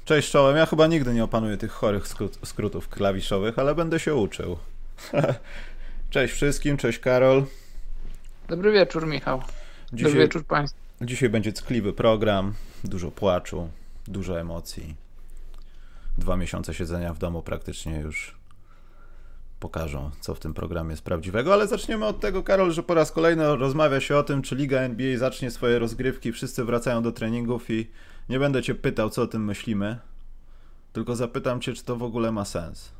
Cześć czołem, ja chyba nigdy nie opanuję tych chorych skrótów klawiszowych, ale będę się uczył. Cześć wszystkim, cześć Karol. Dobry wieczór, Michał. Dobry Dzisiaj, wieczór Państwu. dzisiaj będzie ckliwy program, dużo płaczu, dużo emocji. 2 miesiące siedzenia w domu praktycznie już pokażą, co w tym programie jest prawdziwego, ale zaczniemy od tego, Karol, że po raz kolejny rozmawia się o tym, czy Liga NBA zacznie swoje rozgrywki, wszyscy wracają do treningów i nie będę cię pytał, co o tym myślimy, tylko zapytam cię, czy to w ogóle ma sens.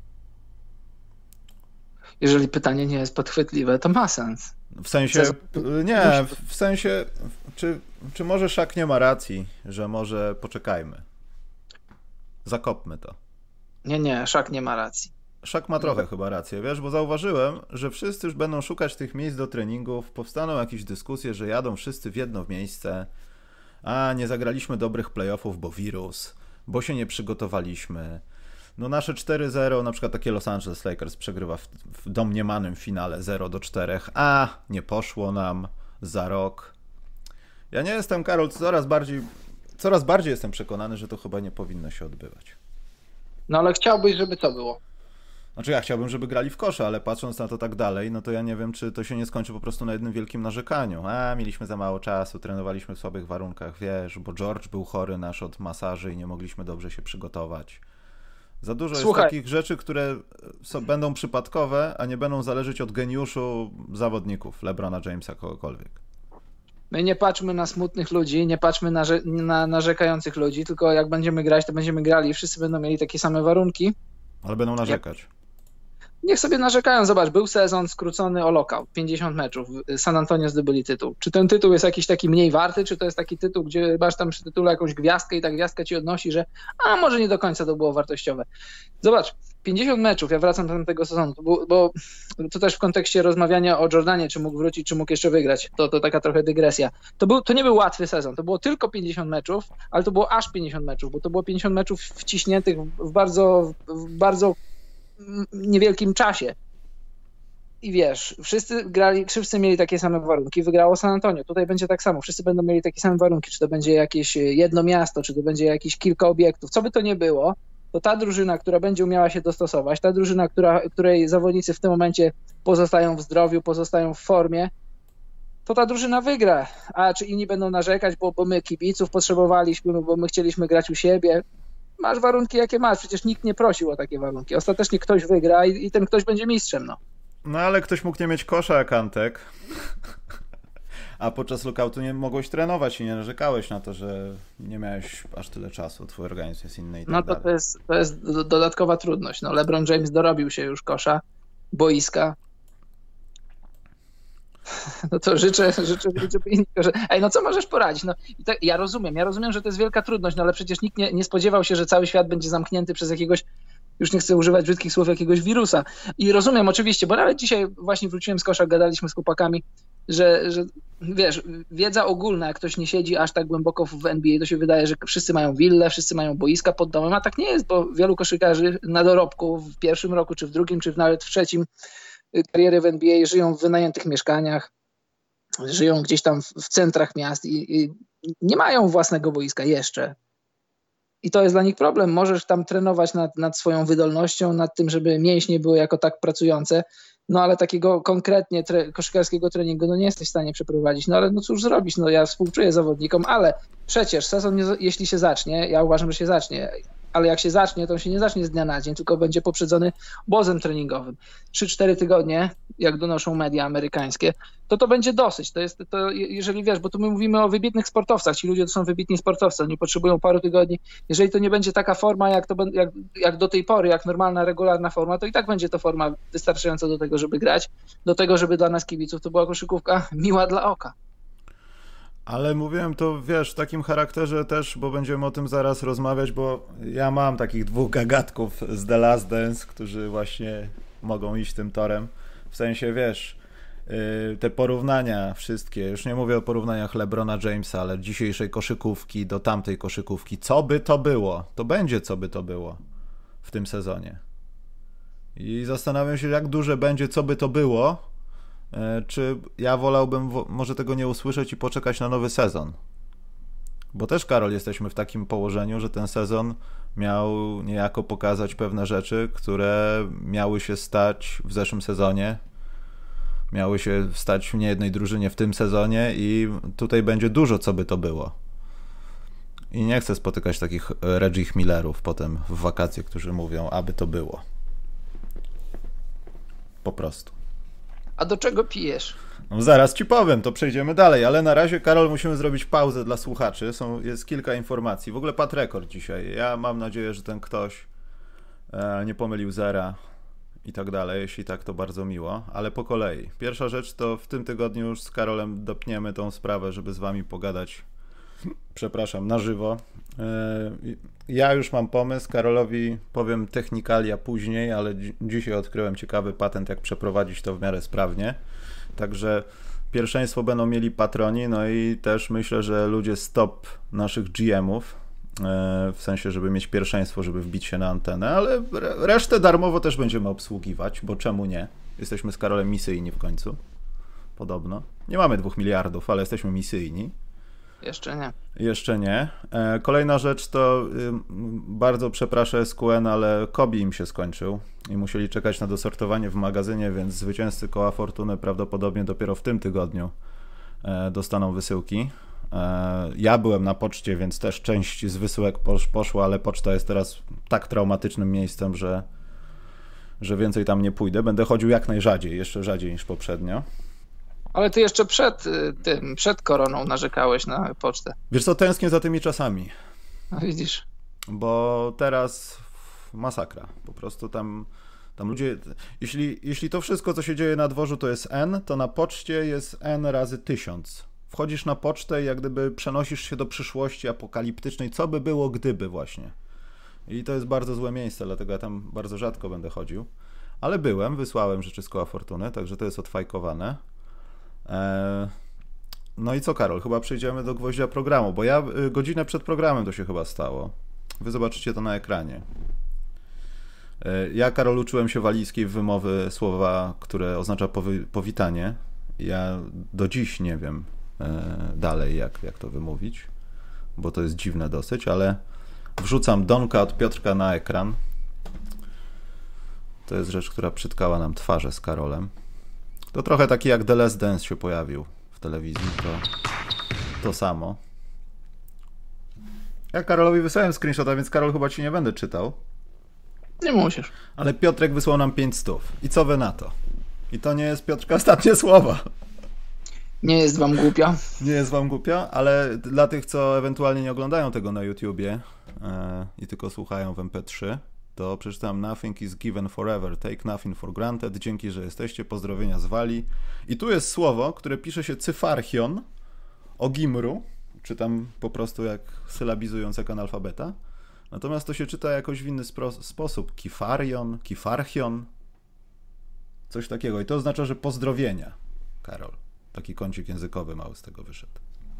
Jeżeli pytanie nie jest podchwytliwe, to ma sens. W sensie, nie, w sensie, czy może Szak nie ma racji, że może poczekajmy. Zakopmy to. Nie, Szak nie ma racji. Szak ma trochę chyba rację, wiesz, bo zauważyłem, że wszyscy już będą szukać tych miejsc do treningów, powstaną jakieś dyskusje, że jadą wszyscy w jedno miejsce, a nie zagraliśmy dobrych playoffów, bo wirus, bo się nie przygotowaliśmy. No nasze 4-0, na przykład takie Los Angeles Lakers przegrywa w domniemanym finale 0-4, a nie poszło nam za rok. Ja nie jestem, Karol, coraz bardziej jestem przekonany, że to chyba nie powinno się odbywać. No ale chciałbyś, żeby to było. Znaczy ja chciałbym, żeby grali w kosze, ale patrząc na to tak dalej, no to ja nie wiem, czy to się nie skończy po prostu na jednym wielkim narzekaniu. A, mieliśmy za mało czasu, trenowaliśmy w słabych warunkach, wiesz, bo George był chory nasz od masaży i nie mogliśmy dobrze się przygotować. Za dużo jest takich rzeczy, które będą przypadkowe, a nie będą zależeć od geniuszu zawodników, LeBrona Jamesa, kogokolwiek. My nie patrzmy na smutnych ludzi, nie patrzmy na narzekających ludzi, tylko jak będziemy grać, to będziemy grali i wszyscy będą mieli takie same warunki. Ale będą narzekać. Niech sobie narzekają. Zobacz, był sezon skrócony o lockout, 50 meczów. San Antonio zdobyli tytuł. Czy ten tytuł jest jakiś taki mniej warty, czy to jest taki tytuł, gdzie masz tam przy tytule jakąś gwiazdkę i ta gwiazdka ci odnosi, że a może nie do końca to było wartościowe. Zobacz, 50 meczów, ja wracam do tamtego sezonu, bo to też w kontekście rozmawiania o Jordanie, czy mógł wrócić, czy mógł jeszcze wygrać. To taka trochę dygresja. To nie był łatwy sezon, to było tylko 50 meczów, ale to było aż 50 meczów, bo to było 50 meczów wciśniętych w bardzo niewielkim czasie. I wiesz, wszyscy grali, wszyscy mieli takie same warunki, wygrało San Antonio. Tutaj będzie tak samo, wszyscy będą mieli takie same warunki, czy to będzie jakieś jedno miasto, czy to będzie jakieś kilka obiektów, co by to nie było, to ta drużyna, która będzie umiała się dostosować, ta drużyna, której zawodnicy w tym momencie pozostają w zdrowiu, pozostają w formie, to ta drużyna wygra. A czy inni będą narzekać, bo my kibiców potrzebowaliśmy, bo my chcieliśmy grać u siebie. Masz warunki, jakie masz. Przecież nikt nie prosił o takie warunki. Ostatecznie ktoś wygra i ten ktoś będzie mistrzem. No ale ktoś mógł nie mieć kosza jak Antek, a podczas lookoutu nie mogłeś trenować i nie narzekałeś na to, że nie miałeś aż tyle czasu, twój organizm jest inny i tak dalej. To jest dodatkowa trudność. LeBron James dorobił się już kosza, boiska. No to życzę że no co możesz poradzić? Ja rozumiem, że to jest wielka trudność, ale przecież nikt nie spodziewał się, że cały świat będzie zamknięty przez jakiegoś, już nie chcę używać brzydkich słów, jakiegoś wirusa. I rozumiem oczywiście, bo nawet dzisiaj właśnie wróciłem z kosza, gadaliśmy z chłopakami, że wiesz, wiedza ogólna, jak ktoś nie siedzi aż tak głęboko w NBA, to się wydaje, że wszyscy mają willę, wszyscy mają boiska pod domem, a tak nie jest, bo wielu koszykarzy na dorobku w pierwszym roku, czy w drugim, czy nawet w trzecim kariery w NBA żyją w wynajętych mieszkaniach, żyją gdzieś tam w centrach miast i nie mają własnego boiska jeszcze. I to jest dla nich problem. Możesz tam trenować nad swoją wydolnością, nad tym, żeby mięśnie były jako tak pracujące, ale takiego konkretnie koszykarskiego treningu nie jesteś w stanie przeprowadzić. Ale cóż zrobić? Ja współczuję zawodnikom, ale przecież sezon, jeśli się zacznie, ja uważam, że się zacznie, ale jak się zacznie, to on się nie zacznie z dnia na dzień, tylko będzie poprzedzony obozem treningowym. 3-4 tygodnie, jak donoszą media amerykańskie, to będzie dosyć. Jeżeli wiesz, bo tu my mówimy o wybitnych sportowcach, ci ludzie to są wybitni sportowcy, oni potrzebują paru tygodni. Jeżeli to nie będzie taka forma, jak do tej pory, jak normalna, regularna forma, to i tak będzie to forma wystarczająca do tego, żeby grać, do tego, żeby dla nas kibiców to była koszykówka miła dla oka. Ale mówiłem to, wiesz, w takim charakterze też, bo będziemy o tym zaraz rozmawiać, bo ja mam takich dwóch gagatków z The Last Dance, którzy właśnie mogą iść tym torem. W sensie, wiesz, te porównania wszystkie, już nie mówię o porównaniach LeBrona Jamesa, ale dzisiejszej koszykówki do tamtej koszykówki. Co by to było? To będzie co by to było w tym sezonie. I zastanawiam się, jak duże będzie co by to było, czy ja wolałbym może tego nie usłyszeć i poczekać na nowy sezon. Bo też, Karol, jesteśmy w takim położeniu, że ten sezon miał niejako pokazać pewne rzeczy, które miały się stać w zeszłym sezonie, miały się stać w niejednej drużynie w tym sezonie i tutaj będzie dużo, co by to było. I nie chcę spotykać takich Reggich Millerów potem w wakacje, którzy mówią, aby to było. Po prostu. A do czego pijesz? No zaraz ci powiem, to przejdziemy dalej, ale na razie, Karol, musimy zrobić pauzę dla słuchaczy. Jest kilka informacji. W ogóle padł rekord dzisiaj. Ja mam nadzieję, że ten ktoś nie pomylił zera i tak dalej. Jeśli tak, to bardzo miło, ale po kolei. Pierwsza rzecz to w tym tygodniu już z Karolem dopniemy tą sprawę, żeby z wami pogadać, na żywo. Ja już mam pomysł, Karolowi powiem technikalia później, ale dzisiaj odkryłem ciekawy patent, jak przeprowadzić to w miarę sprawnie. Także pierwszeństwo będą mieli patroni, no i też myślę, że ludzie z top naszych GM-ów, w sensie, żeby mieć pierwszeństwo, żeby wbić się na antenę, ale resztę darmowo też będziemy obsługiwać, bo czemu nie? Jesteśmy z Karolem misyjni w końcu, podobno. Nie mamy 2 miliardów, ale jesteśmy misyjni. Jeszcze nie. Jeszcze nie. Kolejna rzecz to bardzo przepraszam SQN, ale Kobi im się skończył i musieli czekać na dosortowanie w magazynie, więc zwycięzcy Koła Fortuny prawdopodobnie dopiero w tym tygodniu dostaną wysyłki. Ja byłem na poczcie, więc też część z wysyłek poszła, ale poczta jest teraz tak traumatycznym miejscem, że więcej tam nie pójdę. Będę chodził jak najrzadziej, jeszcze rzadziej niż poprzednio. Ale ty jeszcze przed koroną narzekałeś na pocztę. Wiesz co, tęsknię za tymi czasami. No widzisz. Bo teraz masakra. Po prostu tam ludzie... Jeśli to wszystko, co się dzieje na dworzu, to jest N, to na poczcie jest N razy 1000. Wchodzisz na pocztę i jak gdyby przenosisz się do przyszłości apokaliptycznej, co by było gdyby właśnie. I to jest bardzo złe miejsce, dlatego ja tam bardzo rzadko będę chodził. Ale wysłałem rzeczy z Koła Fortuny, także to jest odfajkowane. No i co, Karol? Chyba przejdziemy do gwoździa programu, bo ja godzinę przed programem to się chyba stało. Wy zobaczycie to na ekranie. Ja, Karol, uczyłem się walijskiej wymowy słowa, które oznacza powitanie. Ja do dziś nie wiem dalej, jak to wymówić, bo to jest dziwne dosyć, ale wrzucam Donka od Piotrka na ekran. To jest rzecz, która przytkała nam twarze z Karolem. To trochę taki jak The Last Dance się pojawił w telewizji, to samo. Ja Karolowi wysłałem screenshota, więc Karol, chyba ci nie będę czytał. Nie musisz. Ale Piotrek wysłał nam 500. I co wy na to? I to nie jest, Piotrka, ostatnie słowa. Nie jest wam głupio? Nie jest wam głupio, ale dla tych, co ewentualnie nie oglądają tego na YouTubie i tylko słuchają w MP3, to przeczytam: Nothing is given forever, take nothing for granted, dzięki, że jesteście, pozdrowienia z Walii. I tu jest słowo, które pisze się cyfarchion, ogimru, czytam po prostu jak sylabizując jak analfabeta, natomiast to się czyta jakoś w inny sposób, kifarion, kifarchion, coś takiego. I to oznacza, że pozdrowienia, Karol. Taki kącik językowy mały z tego wyszedł.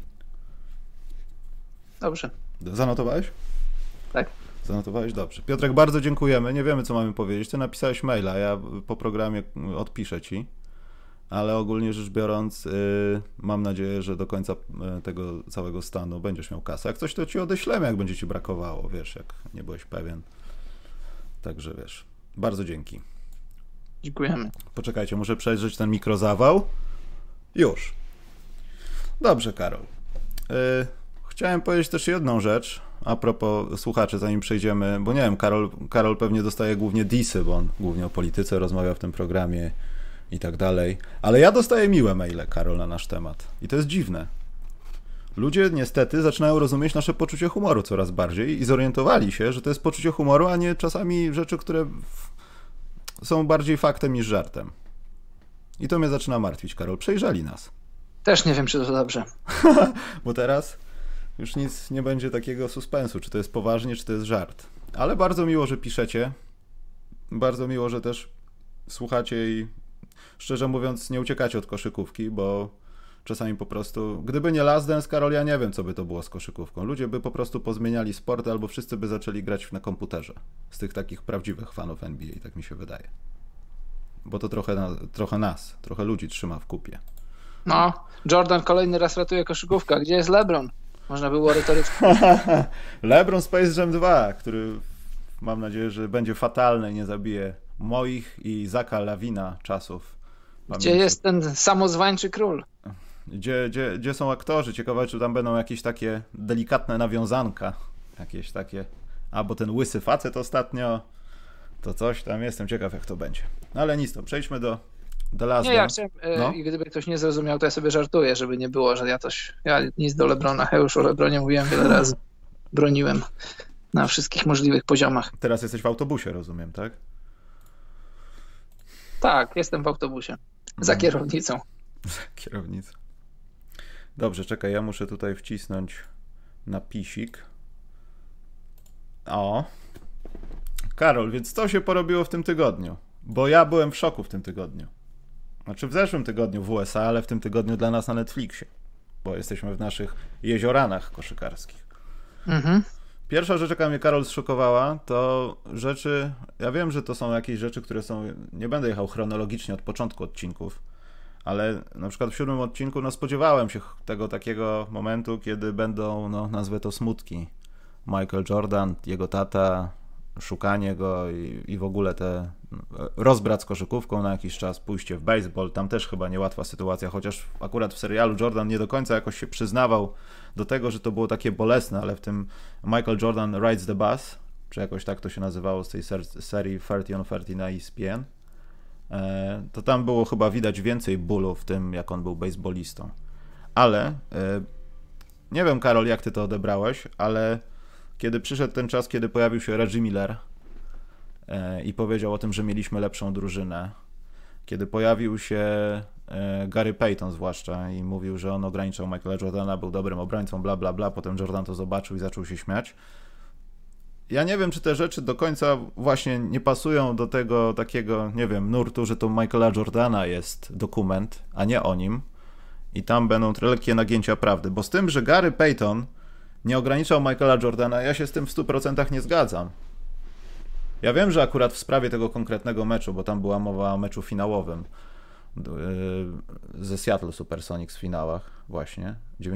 Dobrze. Zanotowałeś? Tak. Zanotowałeś? Dobrze. Piotrek, bardzo dziękujemy. Nie wiemy, co mamy powiedzieć. Ty napisałeś maila, ja po programie odpiszę ci, ale ogólnie rzecz biorąc mam nadzieję, że do końca tego całego stanu będziesz miał kasę. Jak coś, to ci odeślemy, jak będzie ci brakowało, wiesz, jak nie byłeś pewien. Także wiesz, bardzo dzięki. Dziękujemy. Poczekajcie, muszę przejrzeć ten mikrozawał. Już. Dobrze, Karol. Chciałem powiedzieć też jedną rzecz a propos słuchaczy, zanim przejdziemy, bo nie wiem, Karol pewnie dostaje głównie disy, bo on głównie o polityce rozmawia w tym programie i tak dalej, ale ja dostaję miłe maile, Karol, na nasz temat i to jest dziwne. Ludzie niestety zaczynają rozumieć nasze poczucie humoru coraz bardziej i zorientowali się, że to jest poczucie humoru, a nie czasami rzeczy, które są bardziej faktem niż żartem. I to mnie zaczyna martwić, Karol. Przejrzeli nas. Też nie wiem, czy to dobrze. Bo teraz już nic nie będzie takiego suspensu, czy to jest poważnie, czy to jest żart. Ale bardzo miło, że piszecie. Bardzo miło, że też słuchacie i szczerze mówiąc nie uciekacie od koszykówki, bo czasami po prostu, gdyby nie Last Dance, Karol, ja nie wiem, co by to było z koszykówką. Ludzie by po prostu pozmieniali sport, albo wszyscy by zaczęli grać na komputerze. Z tych takich prawdziwych fanów NBA, tak mi się wydaje. Bo to trochę ludzi trzyma w kupie. No, Jordan kolejny raz ratuje koszykówkę. Gdzie jest LeBron? Można było retorycznie. LeBron Space Jam 2, który mam nadzieję, że będzie fatalny i nie zabije moich i Zaka Lawina czasów. Gdzie jest ten samozwańczy król? Gdzie są aktorzy? Ciekawe, czy tam będą jakieś takie delikatne nawiązanka. Jakieś takie. Albo ten łysy facet ostatnio. To coś tam. Jestem ciekaw, jak to będzie. No ale nic, to przejdźmy do The Last Nie, ja Dance. chciałem, i gdyby ktoś nie zrozumiał, to ja sobie żartuję, żeby nie było, że ja nic do LeBrona. Ja już o LeBronie mówiłem wiele razy. Broniłem na wszystkich możliwych poziomach. Teraz jesteś w autobusie, rozumiem, tak? Tak, jestem w autobusie. Za kierownicą. Kierownica. Dobrze, czekaj, ja muszę tutaj wcisnąć napisik. O. Karol, więc co się porobiło w tym tygodniu? Bo ja byłem w szoku w tym tygodniu. Znaczy w zeszłym tygodniu w USA, ale w tym tygodniu dla nas na Netflixie. Bo jesteśmy w naszych jezioranach koszykarskich. Mhm. Pierwsza rzecz, jaka mnie, Karol, zszokowała, to rzeczy... Ja wiem, że to są jakieś rzeczy, które są... Nie będę jechał chronologicznie od początku odcinków, ale na przykład w 7 odcinku spodziewałem się tego takiego momentu, kiedy będą, nazwę to, smutki. Michael Jordan, jego tata, szukanie go i w ogóle rozbrat z koszykówką na jakiś czas, pójście w baseball, tam też chyba niełatwa sytuacja, chociaż akurat w serialu Jordan nie do końca jakoś się przyznawał do tego, że to było takie bolesne, ale w tym Michael Jordan Rides the Bus, czy jakoś tak to się nazywało z tej serii 30 on 30 na ESPN, to tam było chyba widać więcej bólu w tym, jak on był baseballistą. Ale nie wiem, Karol, jak ty to odebrałeś, ale kiedy przyszedł ten czas, kiedy pojawił się Reggie Miller i powiedział o tym, że mieliśmy lepszą drużynę, kiedy pojawił się Gary Payton zwłaszcza i mówił, że on ograniczał Michaela Jordana, był dobrym obrońcą, bla bla bla, potem Jordan to zobaczył i zaczął się śmiać. Ja nie wiem, czy te rzeczy do końca właśnie nie pasują do tego takiego, nie wiem, nurtu, że to Michaela Jordana jest dokument, a nie o nim i tam będą lekkie nagięcia prawdy, bo z tym, że Gary Payton nie ograniczał Michaela Jordana, ja się z tym w 100% nie zgadzam. Ja wiem, że akurat w sprawie tego konkretnego meczu, bo tam była mowa o meczu finałowym ze Seattle Supersonics w finałach właśnie,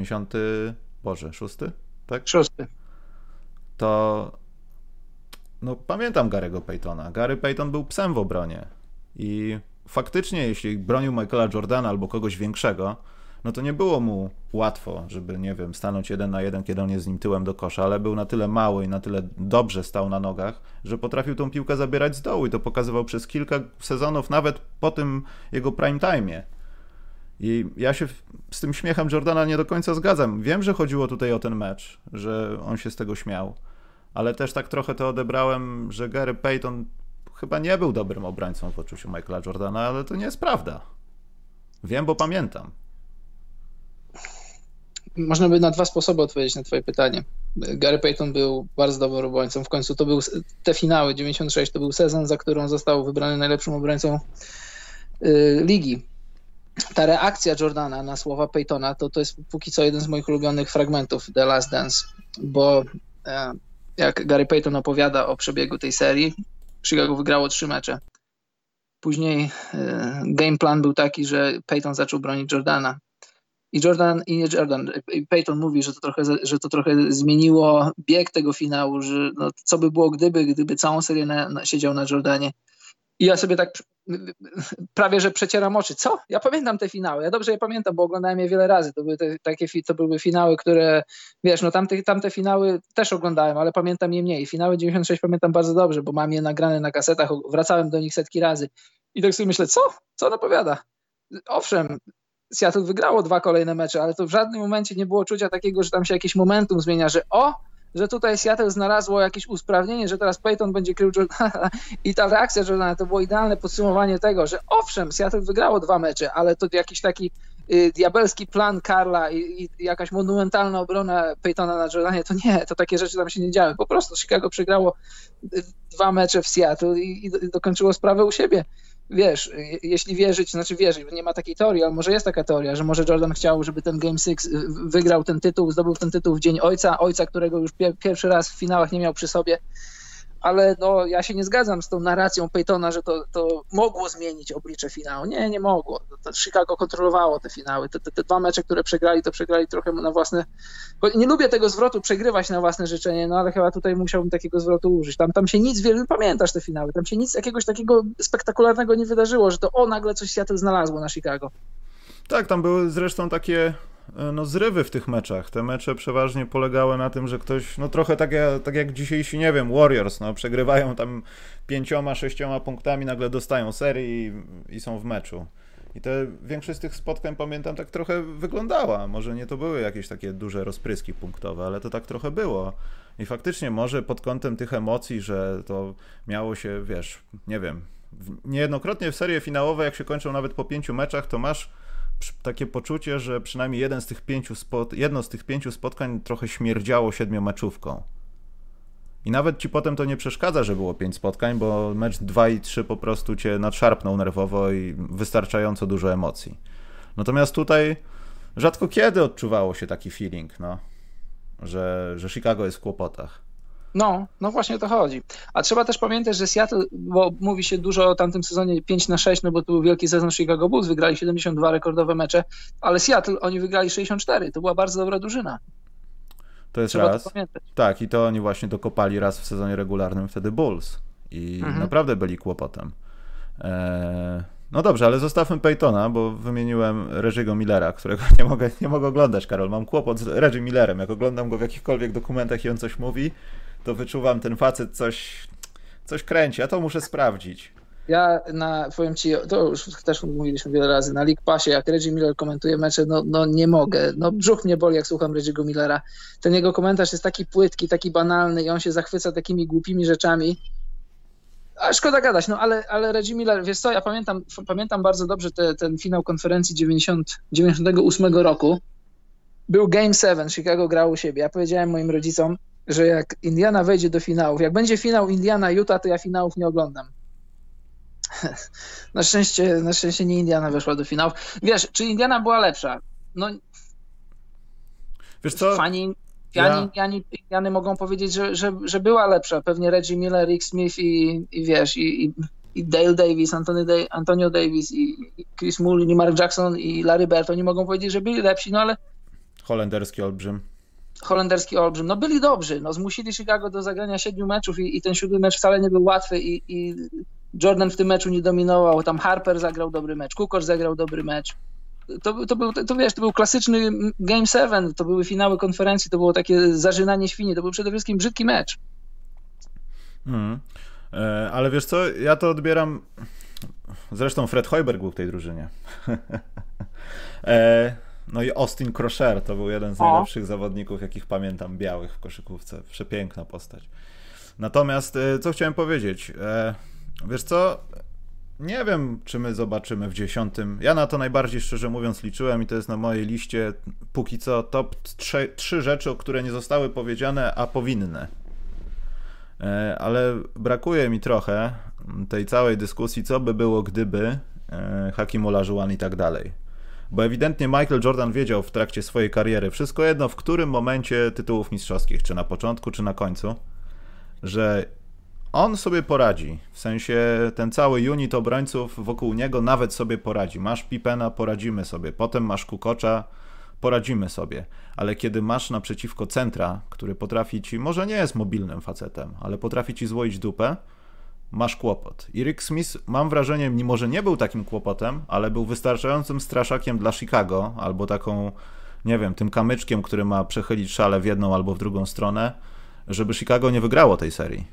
6? Tak? 6. To pamiętam Gary'ego Paytona. Gary Payton był psem w obronie i faktycznie jeśli bronił Michaela Jordana albo kogoś większego, to nie było mu łatwo, żeby, nie wiem, stanąć 1 na 1, kiedy on jest z nim tyłem do kosza, ale był na tyle mały i na tyle dobrze stał na nogach, że potrafił tą piłkę zabierać z dołu i to pokazywał przez kilka sezonów, nawet po tym jego prime time'ie. I ja się z tym śmiechem Jordana nie do końca zgadzam. Wiem, że chodziło tutaj o ten mecz, że on się z tego śmiał, ale też tak trochę to odebrałem, że Gary Payton chyba nie był dobrym obrońcą w poczuciu Michaela Jordana, ale to nie jest prawda. Wiem, bo pamiętam. Można by na 2 sposoby odpowiedzieć na twoje pytanie. Gary Payton był bardzo dobrym obrońcą. W końcu to był te finały 96, to był sezon, za którą został wybrany najlepszym obrońcą ligi. Ta reakcja Jordana na słowa Paytona to jest póki co jeden z moich ulubionych fragmentów The Last Dance, bo jak Gary Payton opowiada o przebiegu tej serii, Chicago wygrało 3 mecze. Później game plan był taki, że Payton zaczął bronić Jordana. I Payton mówi, że to trochę zmieniło bieg tego finału, że co by było, gdyby całą serię siedział na Jordanie. I ja sobie tak prawie, że przecieram oczy. Co? Ja pamiętam te finały. Ja dobrze je pamiętam, bo oglądałem je wiele razy. To były finały, które, wiesz, tamte finały też oglądałem, ale pamiętam je mniej. Finały 96 pamiętam bardzo dobrze, bo mam je nagrane na kasetach. Wracałem do nich setki razy. I tak sobie myślę, co? Co on opowiada? Owszem, Seattle wygrało 2 kolejne mecze, ale to w żadnym momencie nie było czucia takiego, że tam się jakieś momentum zmienia, że tutaj Seattle znalazło jakieś usprawnienie, że teraz Payton będzie krył Jordana i ta reakcja Jordana to było idealne podsumowanie tego, że owszem, Seattle wygrało 2 mecze, ale to jakiś taki diabelski plan Karla i jakaś monumentalna obrona Paytona na Jordanie, to nie, to takie rzeczy tam się nie działy. Po prostu Chicago przegrało 2 mecze w Seattle i dokończyło sprawę u siebie. Wiesz, jeśli wierzyć, nie ma takiej teorii, ale może jest taka teoria, że może Jordan chciał, żeby ten Game 6 wygrał ten tytuł, zdobył ten tytuł w dzień ojca, którego już pierwszy raz w finałach nie miał przy sobie, ale no, ja się nie zgadzam z tą narracją Peytona, że to mogło zmienić oblicze finału. Nie mogło. To Chicago kontrolowało te finały. Te dwa mecze, które przegrali, to przegrali trochę na własne... Nie lubię tego zwrotu przegrywać na własne życzenie, no ale chyba tutaj musiałbym takiego zwrotu użyć. Tam się nic, pamiętasz te finały, tam się nic jakiegoś takiego spektakularnego nie wydarzyło, że to nagle coś Seattle znalazło na Chicago. Tak, tam były zresztą takie zrywy w tych meczach. Te mecze przeważnie polegały na tym, że ktoś, no trochę tak jak dzisiejsi, nie wiem, Warriors, no przegrywają tam 5-6 punktami, nagle dostają serię i są w meczu. I większość z tych spotkań, pamiętam, tak trochę wyglądała. Może nie to były jakieś takie duże rozpryski punktowe, ale to tak trochę było. I faktycznie może pod kątem tych emocji, że to miało się, wiesz, nie wiem, niejednokrotnie w serie finałowe, jak się kończą nawet po 5 meczach, to masz takie poczucie, że przynajmniej jedno z tych 5 spotkań trochę śmierdziało 7-meczówką. I nawet ci potem to nie przeszkadza, że było 5 spotkań, bo mecz 2 i 3 po prostu cię nadszarpnął nerwowo i wystarczająco dużo emocji. Natomiast tutaj rzadko kiedy odczuwało się taki feeling, no, że Chicago jest w kłopotach. No właśnie o to chodzi. A trzeba też pamiętać, że Seattle, bo mówi się dużo o tamtym sezonie 5-6, no bo tu był wielki sezon Chicago Bulls, wygrali 72 rekordowe mecze, ale Seattle, oni wygrali 64, to była bardzo dobra drużyna. To jest trzeba raz. to pamiętać. Tak, i to oni właśnie dokopali raz w sezonie regularnym wtedy Bulls i naprawdę byli kłopotem. No dobrze, ale zostawmy Peytona, bo wymieniłem Reggie'ego Millera, którego nie mogę oglądać, Karol. Mam kłopot z Reggie Millerem. Jak oglądam go w jakichkolwiek dokumentach i on coś mówi, to wyczuwam, ten facet coś kręci, a to muszę sprawdzić. Ja powiem ci, to już też mówiliśmy wiele razy, na League Passie, jak Reggie Miller komentuje mecze, no nie mogę. No brzuch mnie boli, jak słucham Reggie'ego Millera. Ten jego komentarz jest taki płytki, taki banalny i on się zachwyca takimi głupimi rzeczami. A szkoda gadać, no ale Reggie Miller, wiesz co, ja pamiętam bardzo dobrze ten finał konferencji 98 roku. Był Game 7, Chicago grał u siebie. Ja powiedziałem moim rodzicom, że jak Indiana wejdzie do finałów, jak będzie finał Indiana-Utah, to ja finałów nie oglądam. Na szczęście nie Indiana weszła do finałów. Wiesz, czy Indiana była lepsza? No, wiesz co? Fani Indiany mogą powiedzieć, że była lepsza. Pewnie Reggie Miller, Rick Smith i Dale Davis, Antonio Davis i Chris Mullin i Mark Jackson i Larry Bird, oni mogą powiedzieć, że byli lepsi, no ale Holenderski olbrzym, no byli dobrzy, no zmusili Chicago do zagrania 7 meczów i ten 7 mecz wcale nie był łatwy i Jordan w tym meczu nie dominował, tam Harper zagrał dobry mecz, Kukoc zagrał dobry mecz. To był klasyczny Game 7, to były finały konferencji, to było takie zarzynanie świni, to był przede wszystkim brzydki mecz. Ale wiesz co, ja to odbieram, zresztą Fred Hoiberg był w tej drużynie. No i Austin Crusher to był jeden z najlepszych zawodników, jakich pamiętam, białych w koszykówce. Przepiękna postać. Natomiast, co chciałem powiedzieć, wiesz co, nie wiem, czy my zobaczymy w 10. Ja na to najbardziej, szczerze mówiąc, liczyłem i to jest na mojej liście póki co top 3 rzeczy, o które nie zostały powiedziane, a powinny. Ale brakuje mi trochę tej całej dyskusji, co by było, gdyby Hakim Olajuwon i tak dalej. Bo ewidentnie Michael Jordan wiedział w trakcie swojej kariery, wszystko jedno w którym momencie tytułów mistrzowskich, czy na początku, czy na końcu, że on sobie poradzi. W sensie ten cały unit obrońców wokół niego nawet sobie poradzi. Masz Pippena, poradzimy sobie. Potem masz Kukocza, poradzimy sobie. Ale kiedy masz naprzeciwko centra, który potrafi ci, może nie jest mobilnym facetem, ale potrafi ci złoić dupę, masz kłopot. I Rick Smith, mam wrażenie, mimo że nie był takim kłopotem, ale był wystarczającym straszakiem dla Chicago, albo taką, nie wiem, tym kamyczkiem, który ma przechylić szale w jedną albo w drugą stronę, żeby Chicago nie wygrało tej serii.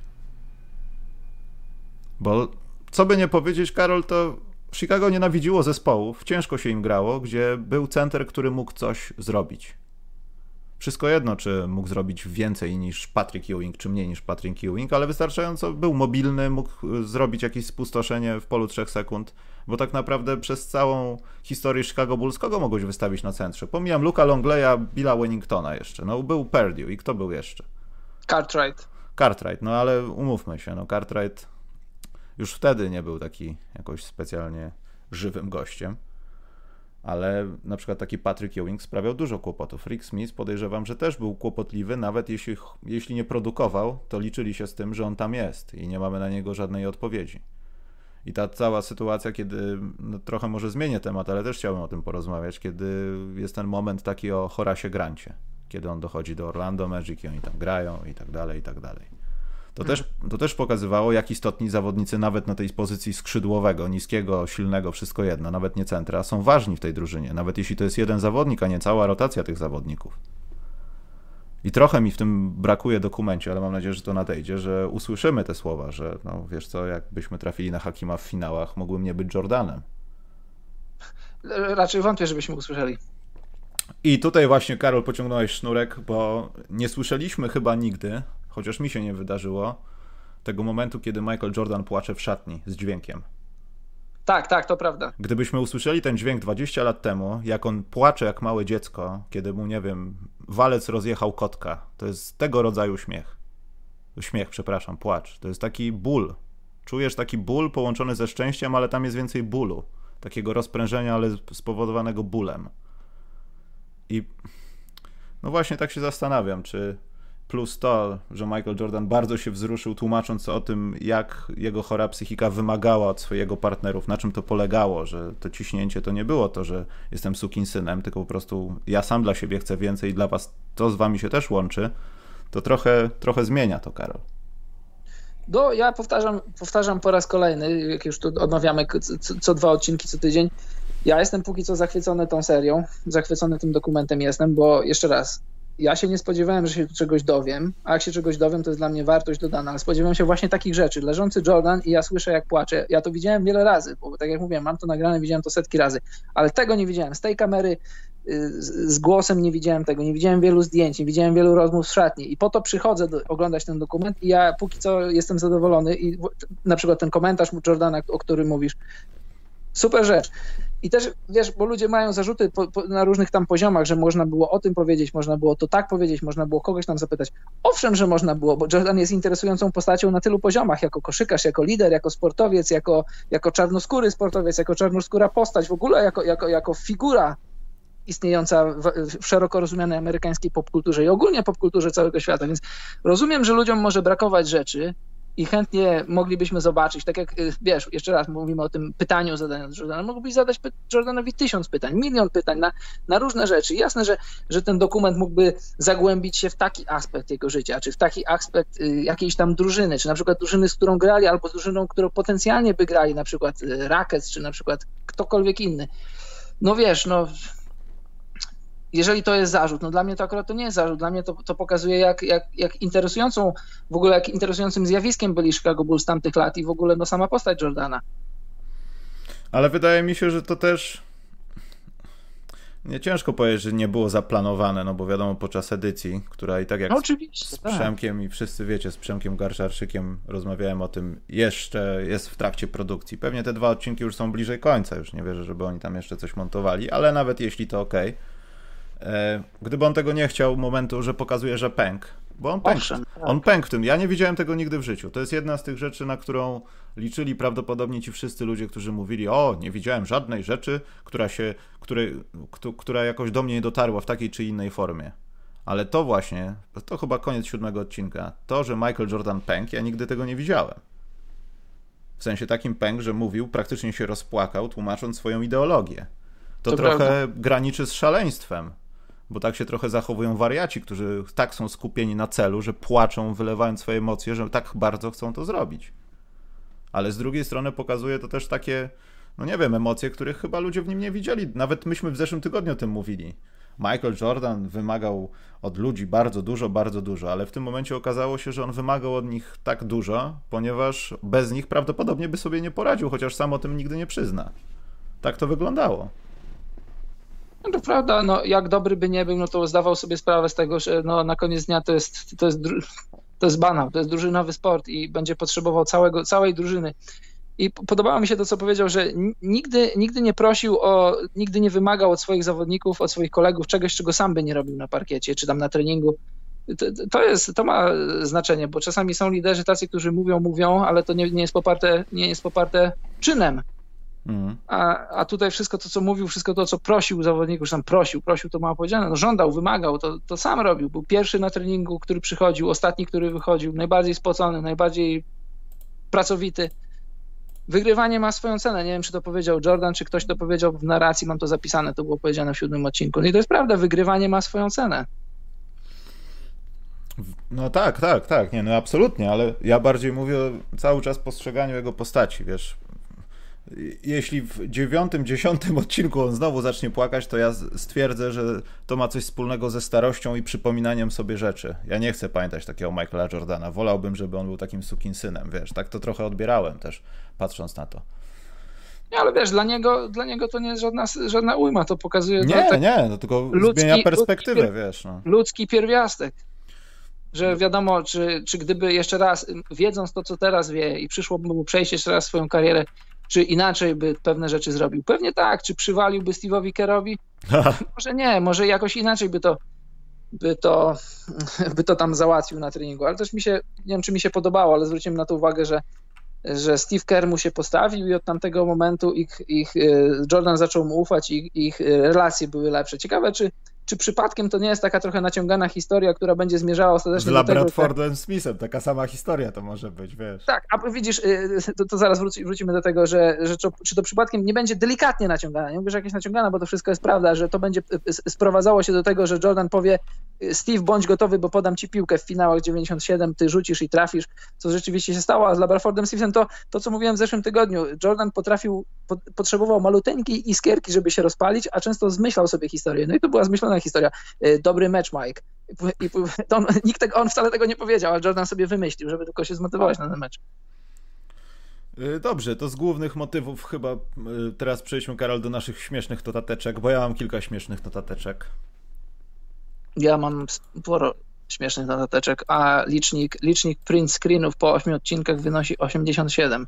Bo co by nie powiedzieć, Karol, to Chicago nienawidziło zespołów, ciężko się im grało, gdzie był center, który mógł coś zrobić. Wszystko jedno, czy mógł zrobić więcej niż Patrick Ewing, czy mniej niż Patrick Ewing, ale wystarczająco był mobilny, mógł zrobić jakieś spustoszenie w polu 3 sekund, bo tak naprawdę przez całą historię Chicago Bulls kogo mogłeś wystawić na centrze? Pomijam Luka Longleya, Billa Wenningtona jeszcze, no był Perdue i kto był jeszcze? Cartwright, no ale umówmy się, no Cartwright już wtedy nie był taki jakoś specjalnie żywym gościem. Ale na przykład taki Patrick Ewing sprawiał dużo kłopotów. Rick Smith podejrzewam, że też był kłopotliwy, nawet jeśli nie produkował, to liczyli się z tym, że on tam jest i nie mamy na niego żadnej odpowiedzi. I ta cała sytuacja, kiedy, no trochę może zmienię temat, ale też chciałbym o tym porozmawiać, kiedy jest ten moment taki o Horacie Grancie, kiedy on dochodzi do Orlando Magic i oni tam grają i tak dalej, i tak dalej. To też pokazywało, jak istotni zawodnicy nawet na tej pozycji skrzydłowego, niskiego, silnego, wszystko jedno, nawet nie centra, są ważni w tej drużynie, nawet jeśli to jest jeden zawodnik, a nie cała rotacja tych zawodników. I trochę mi w tym brakuje dokumencie, ale mam nadzieję, że to nadejdzie, że usłyszymy te słowa, że no wiesz co, jakbyśmy trafili na Hakima w finałach, mógłbym nie być Jordanem. Raczej wątpię, żebyśmy usłyszeli. I tutaj właśnie, Karol, pociągnąłeś sznurek, bo nie słyszeliśmy chyba nigdy, chociaż mi się nie wydarzyło, tego momentu, kiedy Michael Jordan płacze w szatni z dźwiękiem. Tak, to prawda. Gdybyśmy usłyszeli ten dźwięk 20 lat temu, jak on płacze jak małe dziecko, kiedy mu, nie wiem, walec rozjechał kotka, to jest tego rodzaju śmiech. Płacz. To jest taki ból. Czujesz taki ból połączony ze szczęściem, ale tam jest więcej bólu. Takiego rozprężenia, ale spowodowanego bólem. I no właśnie tak się zastanawiam, czy plus to, że Michael Jordan bardzo się wzruszył, tłumacząc o tym, jak jego chora psychika wymagała od swojego partnerów, na czym to polegało, że to ciśnięcie to nie było to, że jestem sukinsynem, tylko po prostu ja sam dla siebie chcę więcej i dla was to z wami się też łączy, to trochę zmienia to, Karol. No, ja powtarzam po raz kolejny, jak już tu odmawiamy co 2 odcinki co tydzień, ja jestem póki co zachwycony tą serią, zachwycony tym dokumentem jestem, bo jeszcze raz, ja się nie spodziewałem, że się tu czegoś dowiem, a jak się czegoś dowiem, to jest dla mnie wartość dodana, ale spodziewałem się właśnie takich rzeczy. Leżący Jordan i ja słyszę, jak płacze. Ja to widziałem wiele razy, bo tak jak mówiłem, mam to nagrane, widziałem to setki razy, ale tego nie widziałem. Z tej kamery z głosem nie widziałem tego, nie widziałem wielu zdjęć, nie widziałem wielu rozmów w szatni i po to przychodzę oglądać ten dokument i ja póki co jestem zadowolony i na przykład ten komentarz Jordana, o którym mówisz, super rzecz. I też, wiesz, bo ludzie mają zarzuty na różnych tam poziomach, że można było o tym powiedzieć, można było to tak powiedzieć, można było kogoś tam zapytać. Owszem, że można było, bo Jordan jest interesującą postacią na tylu poziomach, jako koszykarz, jako lider, jako sportowiec, jako czarnoskóry sportowiec, jako czarnoskóra postać, w ogóle jako figura istniejąca w szeroko rozumianej amerykańskiej popkulturze i ogólnie popkulturze całego świata. Więc rozumiem, że ludziom może brakować rzeczy, i chętnie moglibyśmy zobaczyć, tak jak, wiesz, jeszcze raz mówimy o tym pytaniu zadanym Jordana, moglibyś zadać Jordanowi 1000 pytań, 1 000 000 pytań na różne rzeczy. Jasne, że ten dokument mógłby zagłębić się w taki aspekt jego życia, czy w taki aspekt jakiejś tam drużyny, czy na przykład drużyny, z którą grali, albo z drużyną, którą potencjalnie by grali, na przykład Rockets, czy na przykład ktokolwiek inny. No wiesz, no... Jeżeli to jest zarzut, no dla mnie to akurat to nie jest zarzut, dla mnie to pokazuje jak interesującą, w ogóle jak interesującym zjawiskiem byli Chicago Bulls tamtych lat i w ogóle no sama postać Jordana. Ale wydaje mi się, że to też nie ciężko powiedzieć, że nie było zaplanowane, no bo wiadomo podczas edycji, która i tak jak oczywiście, z Przemkiem i wszyscy wiecie, z Przemkiem Garszarczykiem rozmawiałem o tym, jeszcze jest w trakcie produkcji. Pewnie te 2 odcinki już są bliżej końca, już nie wierzę, żeby oni tam jeszcze coś montowali, ale nawet jeśli to okej. Gdyby on tego nie chciał momentu, że pokazuje, że pękł, bo on pękł w tym. Ja nie widziałem tego nigdy w życiu. To jest jedna z tych rzeczy, na którą liczyli prawdopodobnie ci wszyscy ludzie, którzy mówili, nie widziałem żadnej rzeczy, która jakoś do mnie nie dotarła w takiej czy innej formie. Ale to właśnie, to chyba koniec 7 odcinka, to, że Michael Jordan pękł, ja nigdy tego nie widziałem. W sensie takim pękł, że mówił, praktycznie się rozpłakał, tłumacząc swoją ideologię. To trochę prawda. Graniczy z szaleństwem. Bo tak się trochę zachowują wariaci, którzy tak są skupieni na celu, że płaczą, wylewając swoje emocje, że tak bardzo chcą to zrobić. Ale z drugiej strony pokazuje to też takie, no nie wiem, emocje, których chyba ludzie w nim nie widzieli. Nawet myśmy w zeszłym tygodniu o tym mówili. Michael Jordan wymagał od ludzi bardzo dużo, ale w tym momencie okazało się, że on wymagał od nich tak dużo, ponieważ bez nich prawdopodobnie by sobie nie poradził, chociaż sam o tym nigdy nie przyzna. Tak to wyglądało. No to prawda, no jak dobry by nie był, no to zdawał sobie sprawę z tego, że no na koniec dnia to jest banał, to jest drużynowy sport i będzie potrzebował całej drużyny. I podobało mi się to, co powiedział, że nigdy nie prosił nigdy nie wymagał od swoich zawodników, od swoich kolegów czegoś, czego sam by nie robił na parkiecie, czy tam na treningu. To ma znaczenie, bo czasami są liderzy tacy, którzy mówią, ale to nie jest poparte czynem. A tutaj wszystko to, co mówił, wszystko to, co prosił zawodników, że tam prosił to mało powiedziane, no żądał, wymagał, to sam robił. Był pierwszy na treningu, który przychodził, ostatni, który wychodził, najbardziej spocony, najbardziej pracowity. Wygrywanie ma swoją cenę. Nie wiem, czy to powiedział Jordan, czy ktoś to powiedział w narracji, mam to zapisane, to było powiedziane w 7. odcinku. No i to jest prawda, wygrywanie ma swoją cenę. No tak, nie, no absolutnie, ale ja bardziej mówię cały czas o postrzeganiu jego postaci, wiesz. Jeśli w 9., 10. odcinku on znowu zacznie płakać, to ja stwierdzę, że to ma coś wspólnego ze starością i przypominaniem sobie rzeczy. Ja nie chcę pamiętać takiego Michaela Jordana. Wolałbym, żeby on był takim sukinsynem, wiesz. Tak to trochę odbierałem też, patrząc na to. Nie, ale wiesz, dla niego to nie jest żadna ujma, to pokazuje... Nie, to tylko zmienia perspektywę, wiesz. No. Ludzki pierwiastek. Że wiadomo, czy gdyby jeszcze raz, wiedząc to, co teraz wie i przyszłoby mu przejść jeszcze raz swoją karierę, czy inaczej by pewne rzeczy zrobił? Pewnie tak. Czy przywaliłby Steve'owi Kerrowi? Może nie, może jakoś inaczej by to tam załatwił na treningu. Ale też nie wiem, czy mi się podobało, ale zwróciłem na to uwagę, że Steve Kerr mu się postawił i od tamtego momentu Jordan zaczął mu ufać i ich relacje były lepsze. Ciekawe, czy przypadkiem to nie jest taka trochę naciągana historia, która będzie zmierzała ostatecznie do tego... Z Bradfordem Smithem, taka sama historia to może być, wiesz. Tak, a widzisz, to zaraz wrócimy do tego, że czy to przypadkiem nie będzie delikatnie naciągana, nie mówię, że jakieś naciągana, bo to wszystko jest prawda, że to będzie sprowadzało się do tego, że Jordan powie: Steve, bądź gotowy, bo podam ci piłkę w finałach 97, ty rzucisz i trafisz, co rzeczywiście się stało, a z Bradfordem Smithem to co mówiłem w zeszłym tygodniu, Jordan potrzebował maluteńkiej iskierki, żeby się rozpalić, a często zmyślał sobie historię, no i to była zmyślona historia. Dobry mecz, Mike. On wcale tego nie powiedział, ale Jordan sobie wymyślił, żeby tylko się zmotywować na ten mecz. Dobrze, to z głównych motywów chyba teraz przejdźmy, Karol, do naszych śmiesznych notateczek, bo ja mam kilka śmiesznych notateczek. Ja mam sporo śmiesznych notateczek, a licznik print screenów po 8 odcinkach wynosi 87.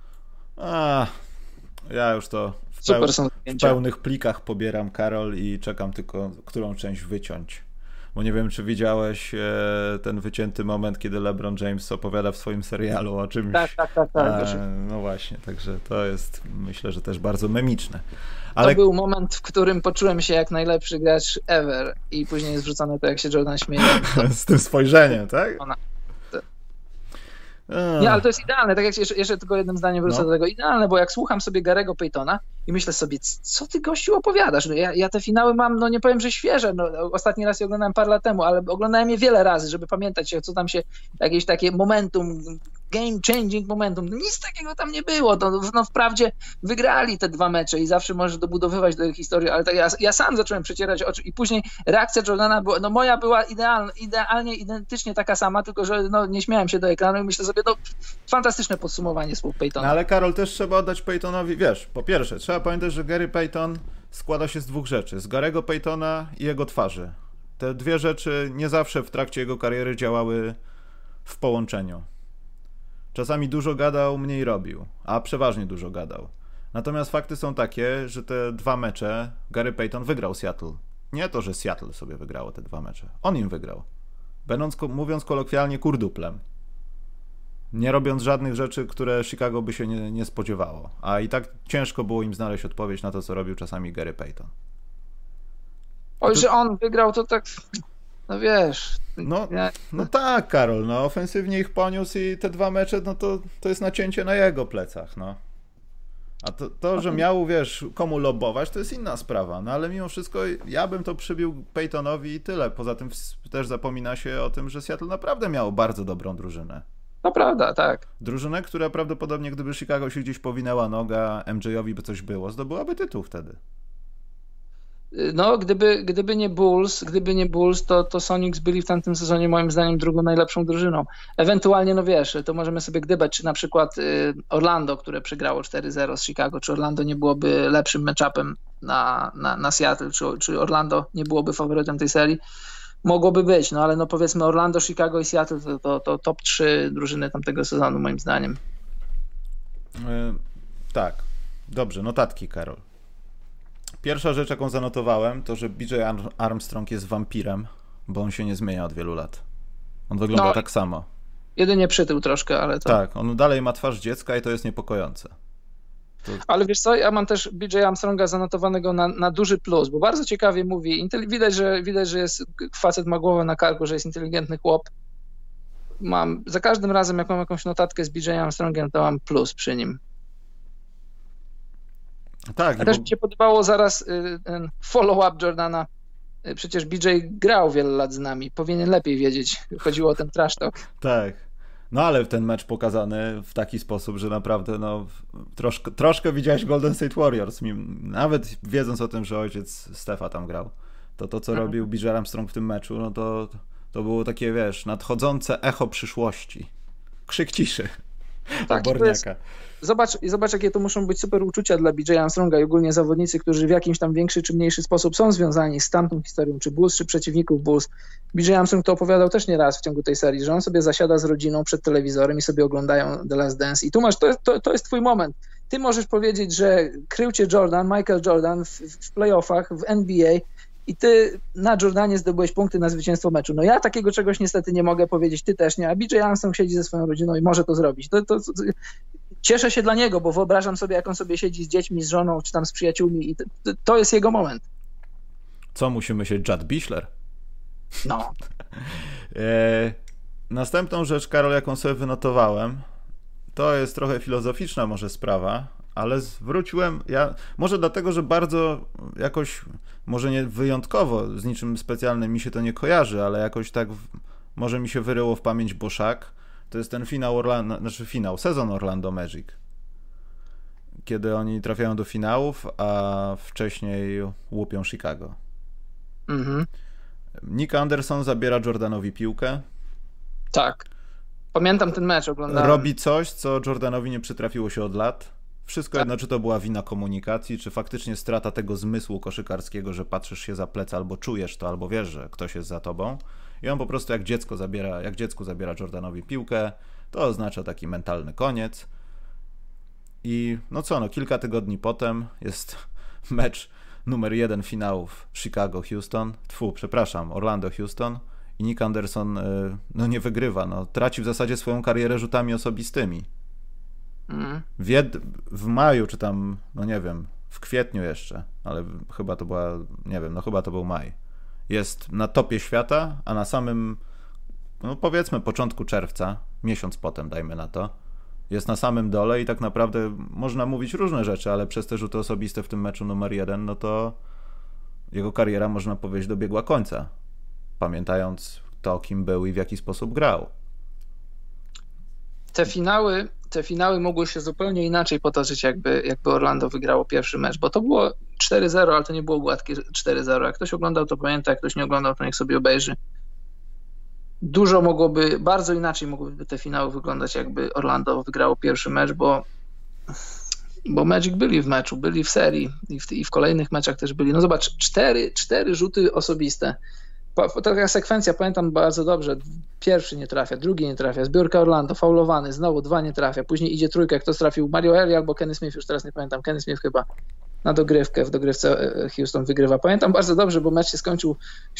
Ja już to w pełnych plikach pobieram, Karol, i czekam tylko, którą część wyciąć. Bo nie wiem, czy widziałeś ten wycięty moment, kiedy LeBron James opowiada w swoim serialu o czymś. Tak. No właśnie, także to jest, myślę, że też bardzo memiczne. Ale... To był moment, w którym poczułem się jak najlepszy gracz ever i później jest wrzucone to, jak się Jordan śmieje. Z tym spojrzeniem, tak? Nie, ale to jest idealne, tak jak jeszcze tylko jednym zdaniem wrócę do tego, idealne, bo jak słucham sobie Garego Paytona i myślę sobie, co ty, gościu, opowiadasz? No ja te finały mam, no nie powiem, że świeże, no ostatni raz je oglądałem parę lat temu, ale oglądałem je wiele razy, żeby pamiętać, co tam się, jakieś takie momentum, game changing momentum, nic takiego tam nie było, no wprawdzie wygrali te 2 mecze i zawsze możesz dobudowywać do tej historii, ale tak ja sam zacząłem przecierać oczy i później reakcja Jordana była, no moja była idealnie, identycznie taka sama, tylko że no nie śmiałem się do ekranu i myślę sobie, no fantastyczne podsumowanie słów Paytona. No, ale Karol, też trzeba oddać Paytonowi, wiesz, po pierwsze, trzeba pamiętać, że Gary Payton składa się z 2 rzeczy, z Garego Paytona i jego twarzy. Te 2 rzeczy nie zawsze w trakcie jego kariery działały w połączeniu. Czasami dużo gadał, mniej robił, a przeważnie dużo gadał. Natomiast fakty są takie, że te 2 mecze Gary Payton wygrał Seattle. Nie to, że Seattle sobie wygrało te 2 mecze. On im wygrał. Mówiąc kolokwialnie, kurduplem. Nie robiąc żadnych rzeczy, które Chicago by się nie spodziewało. A i tak ciężko było im znaleźć odpowiedź na to, co robił czasami Gary Payton. Oj, że on wygrał, to tak... No wiesz... No tak, Karol, no ofensywnie ich poniósł i te 2 mecze, no to jest nacięcie na jego plecach, no. A to, że miał, wiesz, komu lobować, to jest inna sprawa, no ale mimo wszystko ja bym to przybił Paytonowi i tyle. Poza tym też zapomina się o tym, że Seattle naprawdę miało bardzo dobrą drużynę. No prawda, tak. Drużynę, która prawdopodobnie, gdyby Chicago się gdzieś powinęła noga, MJ-owi by coś było, zdobyłaby tytuł wtedy. No, gdyby nie Bulls, to Sonics byli w tamtym sezonie moim zdaniem drugą najlepszą drużyną. Ewentualnie, no wiesz, to możemy sobie gdybać, czy na przykład Orlando, które przegrało 4-0 z Chicago, czy Orlando nie byłoby lepszym match-upem na Seattle, czy Orlando nie byłoby faworytem tej serii. Mogłoby być, no ale no powiedzmy Orlando, Chicago i Seattle to top 3 drużyny tamtego sezonu moim zdaniem. Tak. Dobrze, notatki, Karol. Pierwsza rzecz, jaką zanotowałem, to że BJ Armstrong jest wampirem, bo on się nie zmienia od wielu lat. On wygląda tak samo. Jedynie przytył troszkę, ale to... Tak, on dalej ma twarz dziecka i to jest niepokojące. Ale wiesz co, ja mam też BJ Armstronga zanotowanego na duży plus, bo bardzo ciekawie mówi, widać, że jest facet, ma głowę na karku, że jest inteligentny chłop. Za każdym razem, jak mam jakąś notatkę z BJ Armstrongiem, to mam plus przy nim. Tak. A też mi się podobało zaraz ten follow-up Jordana. Przecież BJ grał wiele lat z nami, powinien lepiej wiedzieć. Chodziło o ten trash talk. Tak. No ale ten mecz pokazany w taki sposób, że naprawdę troszkę widziałeś Golden State Warriors, nawet wiedząc o tym, że ojciec Stefa tam grał. To co robił BJ Armstrong w tym meczu, no to było takie, wiesz, nadchodzące echo przyszłości. Krzyk ciszy. Tak, zobacz, jakie to muszą być super uczucia dla BJ Armstronga i ogólnie zawodnicy, którzy w jakimś tam większy czy mniejszy sposób są związani z tamtą historią, czy Bulls, czy przeciwników Bulls. BJ Armstrong to opowiadał też nie raz w ciągu tej serii, że on sobie zasiada z rodziną przed telewizorem i sobie oglądają The Last Dance i tu masz, to jest twój moment. Ty możesz powiedzieć, że krył cię Michael Jordan w playoffach, w NBA i ty na Jordanie zdobyłeś punkty na zwycięstwo meczu. No ja takiego czegoś niestety nie mogę powiedzieć, ty też nie, a BJ Armstrong siedzi ze swoją rodziną i może to zrobić. Cieszę się dla niego, bo wyobrażam sobie, jak on sobie siedzi z dziećmi, z żoną, czy tam z przyjaciółmi i to jest jego moment. Co musi myśleć Jud Bichler? No. Następną rzecz, Karol, jaką sobie wynotowałem, to jest trochę filozoficzna może sprawa, ale zwróciłem, może dlatego, że bardzo jakoś, może nie wyjątkowo, z niczym specjalnym mi się to nie kojarzy, ale jakoś tak może mi się wyryło w pamięć Boszak. To jest ten sezon Orlando Magic. Kiedy oni trafiają do finałów, a wcześniej łupią Chicago. Mhm. Nick Anderson zabiera Jordanowi piłkę. Tak. Pamiętam ten mecz, oglądałem. Robi coś, co Jordanowi nie przytrafiło się od lat. Wszystko jedno, czy to była wina komunikacji, czy faktycznie strata tego zmysłu koszykarskiego, że patrzysz się za plecy, albo czujesz to, albo wiesz, że ktoś jest za tobą. I on po prostu jak dziecku zabiera Jordanowi piłkę, to oznacza taki mentalny koniec. I kilka tygodni potem jest mecz numer 1 finałów Orlando-Houston i Nick Anderson nie wygrywa, traci w zasadzie swoją karierę rzutami osobistymi. W maju, czy tam, nie wiem, w kwietniu jeszcze, ale chyba to była, nie wiem, chyba to był maj. Jest na topie świata, a na samym, powiedzmy początku czerwca, miesiąc potem dajmy na to, jest na samym dole i tak naprawdę można mówić różne rzeczy, ale przez te rzuty osobiste w tym meczu numer 1, to jego kariera, można powiedzieć, dobiegła końca, pamiętając to, kim był i w jaki sposób grał. Te finały mogły się zupełnie inaczej potoczyć, jakby Orlando wygrało pierwszy mecz, bo to było 4-0, ale to nie było gładkie 4-0. Jak ktoś oglądał, to pamięta, jak ktoś nie oglądał, to niech sobie obejrzy. Bardzo inaczej mogłyby te finały wyglądać, jakby Orlando wygrało pierwszy mecz, bo Magic byli w meczu, byli w serii i w kolejnych meczach też byli. Zobacz, cztery rzuty osobiste. Taka sekwencja, pamiętam bardzo dobrze, pierwszy nie trafia, drugi nie trafia, zbiórka Orlando, faulowany, znowu 2 nie trafia, później idzie trójka, kto trafił, Mario Elie albo Kenny Smith, już teraz nie pamiętam, Kenny Smith chyba, na dogrywkę, w dogrywce Houston wygrywa. Pamiętam bardzo dobrze, bo mecz się skończył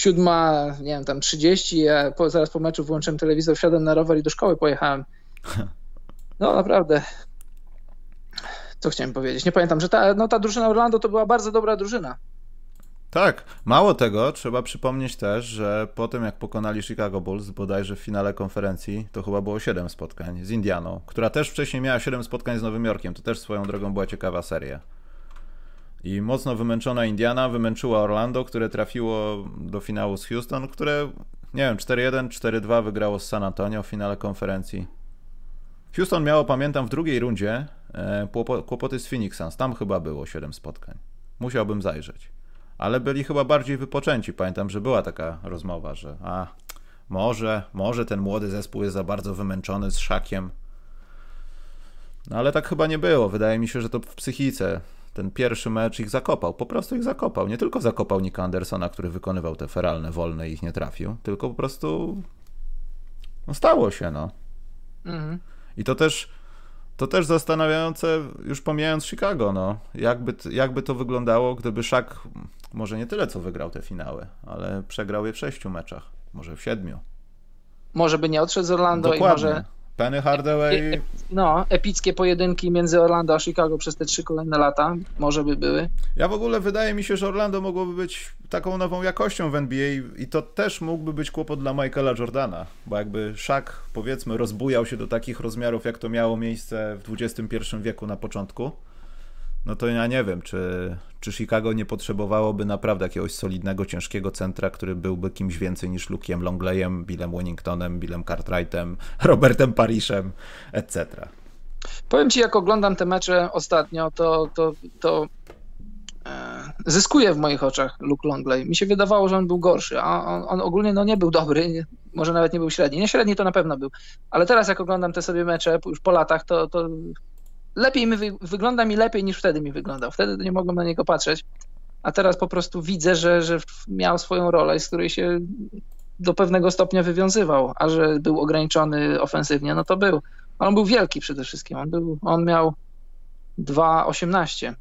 7:30, a zaraz po meczu włączyłem telewizor, wsiadłem na rower i do szkoły pojechałem. Naprawdę. Co chciałem powiedzieć? Nie pamiętam, że ta drużyna Orlando to była bardzo dobra drużyna. Tak, mało tego, trzeba przypomnieć też, że po tym jak pokonali Chicago Bulls, bodajże w finale konferencji, to chyba było 7 spotkań z Indianą, która też wcześniej miała 7 spotkań z Nowym Jorkiem, to też swoją drogą była ciekawa seria. I mocno wymęczona Indiana wymęczyła Orlando, które trafiło do finału z Houston, które, nie wiem, 4-1, 4-2 wygrało z San Antonio w finale konferencji. Houston miało, pamiętam, w drugiej rundzie kłopoty z Phoenix Suns, tam chyba było 7 spotkań. Musiałbym zajrzeć. Ale byli chyba bardziej wypoczęci. Pamiętam, że była taka rozmowa, że może ten młody zespół jest za bardzo wymęczony z Shakiem. Ale tak chyba nie było. Wydaje mi się, że to w psychice. Ten pierwszy mecz ich zakopał. Po prostu ich zakopał. Nie tylko zakopał Nicka Andersona, który wykonywał te feralne wolne i ich nie trafił, tylko po prostu stało się, Mhm. I to też zastanawiające, już pomijając Chicago, jakby to wyglądało, gdyby Shaq może nie tyle co wygrał te finały, ale przegrał je w 6 meczach, może w 7. Może by nie odszedł z Orlando. Dokładnie. I może... Penny Hardaway. No, epickie pojedynki między Orlando a Chicago przez te 3 kolejne lata. Może by były. Ja w ogóle wydaje mi się, że Orlando mogłoby być taką nową jakością w NBA i to też mógłby być kłopot dla Michaela Jordana, bo jakby Shaq, powiedzmy, rozbujał się do takich rozmiarów, jak to miało miejsce w XXI wieku na początku, no to ja nie wiem, czy Chicago nie potrzebowałoby naprawdę jakiegoś solidnego, ciężkiego centra, który byłby kimś więcej niż Luke'em Longleyem, Billem Wenningtonem, Billem Cartwrightem, Robertem Parrishem, etc. Powiem ci, jak oglądam te mecze ostatnio, to zyskuje w moich oczach Luke Longley. Mi się wydawało, że on był gorszy, a on ogólnie nie był dobry, może nawet nie był średni. Nie średni to na pewno był, ale teraz jak oglądam te sobie mecze już po latach, to lepiej wygląda mi lepiej niż wtedy mi wyglądał. Wtedy nie mogłem na niego patrzeć, a teraz po prostu widzę, że miał swoją rolę, z której się do pewnego stopnia wywiązywał, a że był ograniczony ofensywnie, no to był. Ale on był wielki przede wszystkim. On miał 2,18.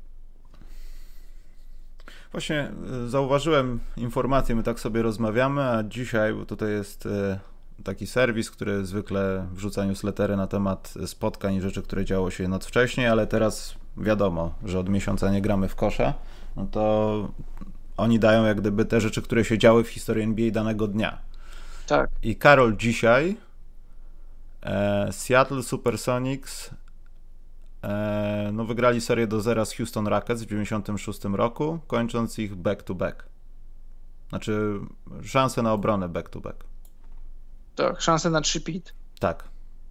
Właśnie zauważyłem informację, my tak sobie rozmawiamy, a dzisiaj, bo tutaj jest taki serwis, który zwykle wrzuca newslettery na temat spotkań i rzeczy, które działo się noc wcześniej, ale teraz wiadomo, że od miesiąca nie gramy w kosza, no to oni dają jak gdyby te rzeczy, które się działy w historii NBA danego dnia. Tak. I Karol dzisiaj Seattle Supersonics wygrali serię do 0 z Houston Rockets w 1996 roku, kończąc ich back-to-back. Znaczy szanse na obronę back-to-back. Tak, szanse na 3-peat. Tak.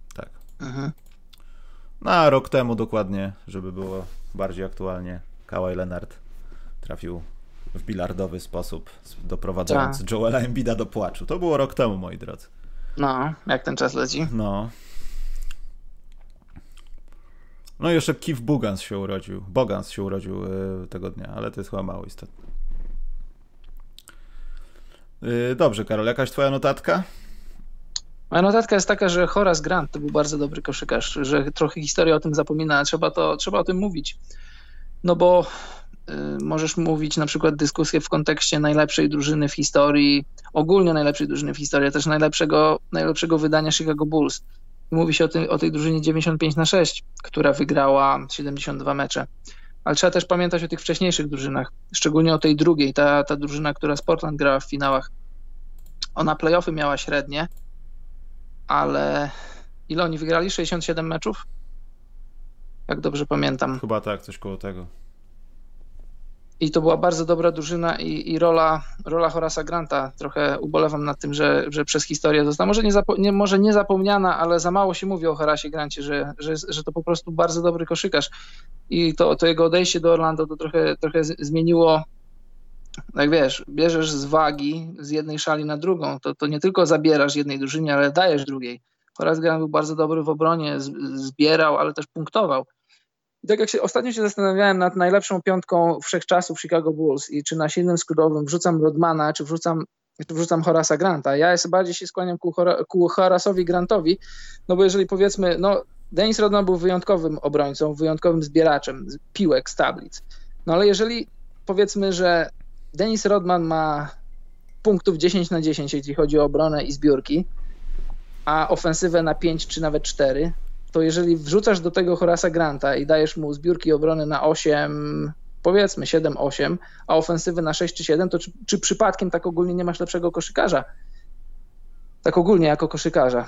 No a rok temu dokładnie, żeby było bardziej aktualnie, Kawhi Leonard trafił w bilardowy sposób, doprowadzając Joela Embida do płaczu. To było rok temu, moi drodzy. No, jak ten czas leci. No i jeszcze Keith Bogans się urodził tego dnia, ale to jest chyba mało istotne. Dobrze, Karol, jakaś twoja notatka? Moja notatka jest taka, że Horace Grant to był bardzo dobry koszykarz, że trochę historia o tym zapomina, trzeba o tym mówić. No bo możesz mówić na przykład dyskusję w kontekście najlepszej drużyny w historii, ogólnie najlepszej drużyny w historii, a też najlepszego wydania Chicago Bulls. Mówi się o tej drużynie 95-6, która wygrała 72 mecze. Ale trzeba też pamiętać o tych wcześniejszych drużynach, szczególnie o tej drugiej, ta drużyna, która z Portland grała w finałach. Ona play-offy miała średnie, ale ile oni wygrali? 67 meczów? Jak dobrze pamiętam. Chyba tak, coś koło tego. I to była bardzo dobra drużyna i rola Horace'a Granta. Trochę ubolewam nad tym, że przez historię została może nie zapomniana, ale za mało się mówi o Horace'ie Grancie, że to po prostu bardzo dobry koszykarz. I to jego odejście do Orlando to trochę zmieniło, jak wiesz, bierzesz z wagi z jednej szali na drugą, to nie tylko zabierasz jednej drużynie, ale dajesz drugiej. Horace Grant był bardzo dobry w obronie, zbierał, ale też punktował. I tak jak ostatnio się zastanawiałem nad najlepszą piątką wszechczasów Chicago Bulls i czy na silnym skrzydłowym wrzucam Rodmana, czy wrzucam Horace'a Granta. Ja bardziej się skłaniam ku Horace'owi Grantowi, no bo jeżeli powiedzmy, Dennis Rodman był wyjątkowym obrońcą, wyjątkowym zbieraczem piłek z tablic. No ale jeżeli powiedzmy, że Dennis Rodman ma punktów 10/10, jeśli chodzi o obronę i zbiórki, a ofensywę na 5 czy nawet 4, to jeżeli wrzucasz do tego Horace'a Granta i dajesz mu zbiórki i obrony na 8, powiedzmy 7-8, a ofensywy na 6 czy 7, to czy przypadkiem tak ogólnie nie masz lepszego koszykarza? Tak ogólnie jako koszykarza.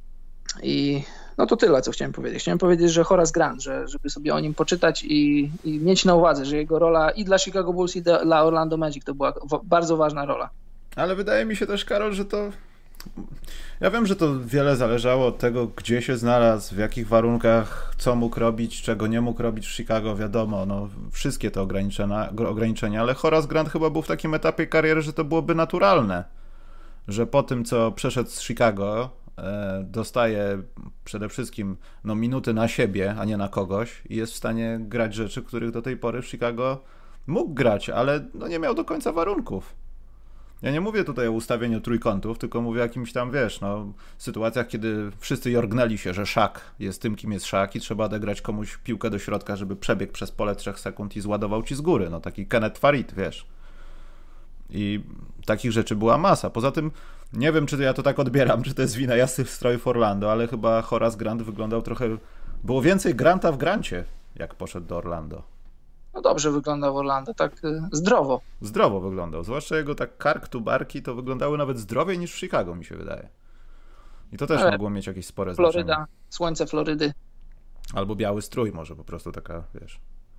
I to tyle, co chciałem powiedzieć. Chciałem powiedzieć, że Horace Grant, żeby sobie o nim poczytać i mieć na uwadze, że jego rola i dla Chicago Bulls, i dla Orlando Magic to była bardzo ważna rola. Ale wydaje mi się też, Karol, że to... Ja wiem, że to wiele zależało od tego, gdzie się znalazł, w jakich warunkach, co mógł robić, czego nie mógł robić w Chicago, wiadomo, wszystkie te ograniczenia, ale Horace Grant chyba był w takim etapie kariery, że to byłoby naturalne, że po tym, co przeszedł z Chicago, dostaje przede wszystkim minuty na siebie, a nie na kogoś i jest w stanie grać rzeczy, których do tej pory w Chicago mógł grać, ale nie miał do końca warunków. Ja nie mówię tutaj o ustawieniu trójkątów, tylko mówię o jakimś tam, sytuacjach, kiedy wszyscy jorgnęli się, że Shaq jest tym, kim jest Shaq i trzeba odegrać komuś piłkę do środka, żeby przebiegł przez pole 3 sekund i zładował ci z góry. Taki Kenneth Farid, I takich rzeczy była masa. Poza tym Nie wiem, czy to ja to tak odbieram, czy to jest wina jasnych strojów Orlando, ale chyba Horace Grant wyglądał trochę... Było więcej Granta w Grancie, jak poszedł do Orlando. No dobrze wyglądał w Orlando, tak zdrowo. Zdrowo wyglądał, zwłaszcza jego tak kark tu barki to wyglądały nawet zdrowiej niż w Chicago, mi się wydaje. I to też mogło mieć jakieś spore Floryda, znaczenie. słońce Florydy. Albo biały strój może, po prostu taka, wiesz,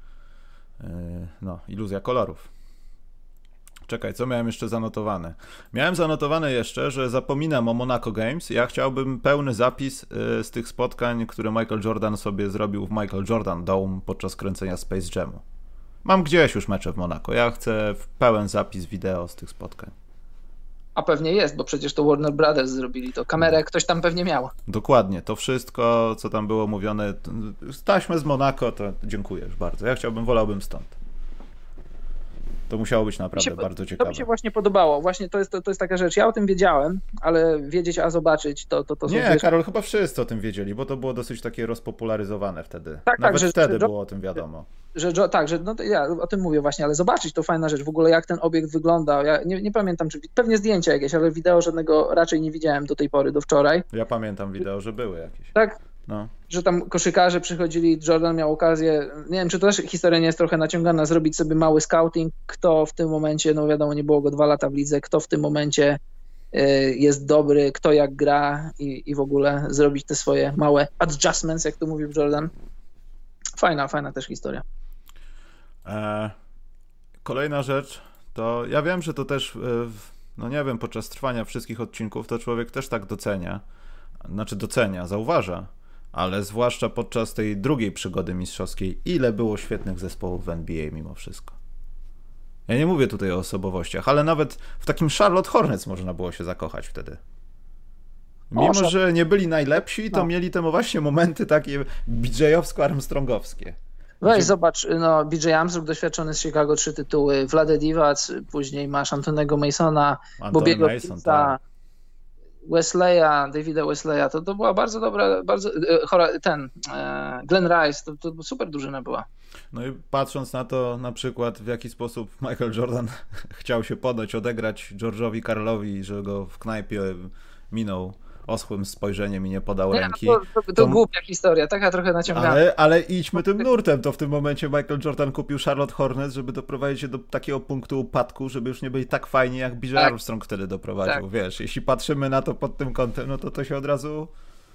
iluzja kolorów. Czekaj, co miałem jeszcze zanotowane? Miałem zanotowane jeszcze, że zapominam o Monaco Games. Ja chciałbym pełny zapis z tych spotkań, które Michael Jordan sobie zrobił w Michael Jordan Dome podczas kręcenia Space Jamu. Mam gdzieś już mecze w Monako. Ja chcę pełen zapis wideo z tych spotkań. A pewnie jest, bo przecież to Warner Brothers zrobili to. Kamerę ktoś tam pewnie miał. Dokładnie. To wszystko, co tam było mówione, taśmę z Monako, to dziękuję już bardzo. Ja wolałbym stąd. To musiało być naprawdę bardzo ciekawe. To mi się właśnie podobało. Właśnie to jest taka rzecz. Ja o tym wiedziałem, ale wiedzieć, a zobaczyć, to nie, Karol, chyba wszyscy o tym wiedzieli, bo to było dosyć takie rozpopularyzowane wtedy. Tak, nawet że wtedy było o tym wiadomo. Ja o tym mówię właśnie, ale zobaczyć to fajna rzecz. W ogóle jak ten obiekt wyglądał. Ja nie pamiętam, czy pewnie zdjęcia jakieś, ale wideo żadnego raczej nie widziałem do tej pory, do wczoraj. Ja pamiętam wideo, że były jakieś. Tak? No. Że tam koszykarze przychodzili, Jordan miał okazję, nie wiem, czy to też historia nie jest trochę naciągana, zrobić sobie mały scouting, kto w tym momencie, no wiadomo, nie było go 2 lata w lidze, kto w tym momencie jest dobry, kto jak gra i w ogóle zrobić te swoje małe adjustments, jak to mówił Jordan. Fajna też historia. Kolejna rzecz, to ja wiem, że to też, no nie wiem, podczas trwania wszystkich odcinków to człowiek też tak zauważa, ale zwłaszcza podczas tej drugiej przygody mistrzowskiej, ile było świetnych zespołów w NBA mimo wszystko. Ja nie mówię tutaj o osobowościach, ale nawet w takim Charlotte Hornets można było się zakochać wtedy. Mimo, że nie byli najlepsi, to mieli te właśnie momenty takie BJ-owsko-armstrongowskie. Weź zobacz, no BJ Armstrong doświadczony z Chicago 3 tytuły, Vlade Divac, później masz Antonego Masona, Bobiego Prince'a, Davida Wesleya, to była bardzo dobra, Glenn Rice, to super drużyna była. No i patrząc na to na przykład, w jaki sposób Michael Jordan chciał się podać, odegrać George'owi Karlowi, że go w knajpie minął oschłym spojrzeniem i nie podał ręki. To głupia historia, taka trochę naciągana. Ale idźmy tym nurtem, to w tym momencie Michael Jordan kupił Charlotte Hornets, żeby doprowadzić się do takiego punktu upadku, żeby już nie byli tak fajni, jak BJ Armstrong wtedy doprowadził. Tak. Wiesz, jeśli patrzymy na to pod tym kątem, no to się od razu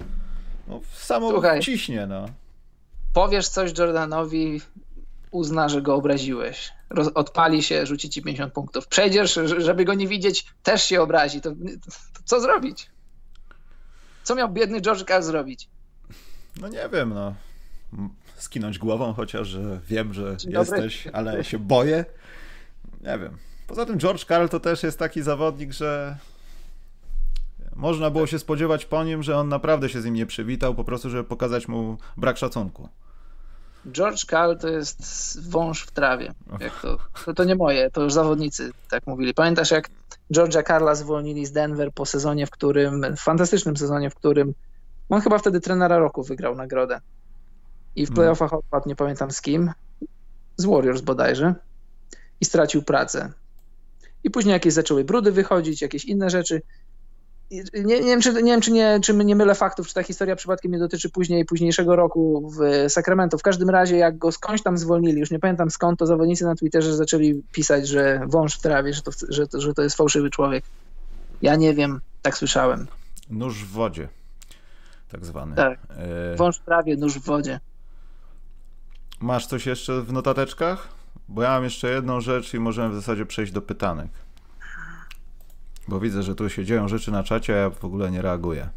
ciśnie. No. Powiesz coś Jordanowi, uzna, że go obraziłeś. Odpali się, rzuci ci 50 punktów. Przejdziesz, żeby go nie widzieć, też się obrazi. To co zrobić? Co miał biedny George Karl zrobić? No nie wiem, skinąć głową, chociaż że wiem, że jesteś, ale się boję. Nie wiem. Poza tym George Karl to też jest taki zawodnik, że można było się spodziewać po nim, że on naprawdę się z nim nie przywitał, po prostu, żeby pokazać mu brak szacunku. George Karl to jest wąż w trawie. Jak to nie moje, to już zawodnicy tak mówili. Pamiętasz, jak George'a Karla zwolnili z Denver po sezonie, fantastycznym sezonie, w którym on chyba wtedy trenera roku wygrał nagrodę. I w playoffach odpadł, nie pamiętam z kim, z Warriors bodajże, i stracił pracę. I później jakieś zaczęły brudy wychodzić, jakieś inne rzeczy. Nie wiem, czy nie mylę faktów, czy ta historia przypadkiem nie dotyczy późniejszego roku w Sacramento. W każdym razie, jak go skądś tam zwolnili, już nie pamiętam skąd, to zawodnicy na Twitterze zaczęli pisać, że wąż w trawie, że to jest fałszywy człowiek. Ja nie wiem, tak słyszałem. Nóż w wodzie, tak zwany. Tak, wąż w trawie, nóż w wodzie. Masz coś jeszcze w notateczkach? Bo ja mam jeszcze jedną rzecz i możemy w zasadzie przejść do pytanek. Bo widzę, że tu się dzieją rzeczy na czacie, a ja w ogóle nie reaguję.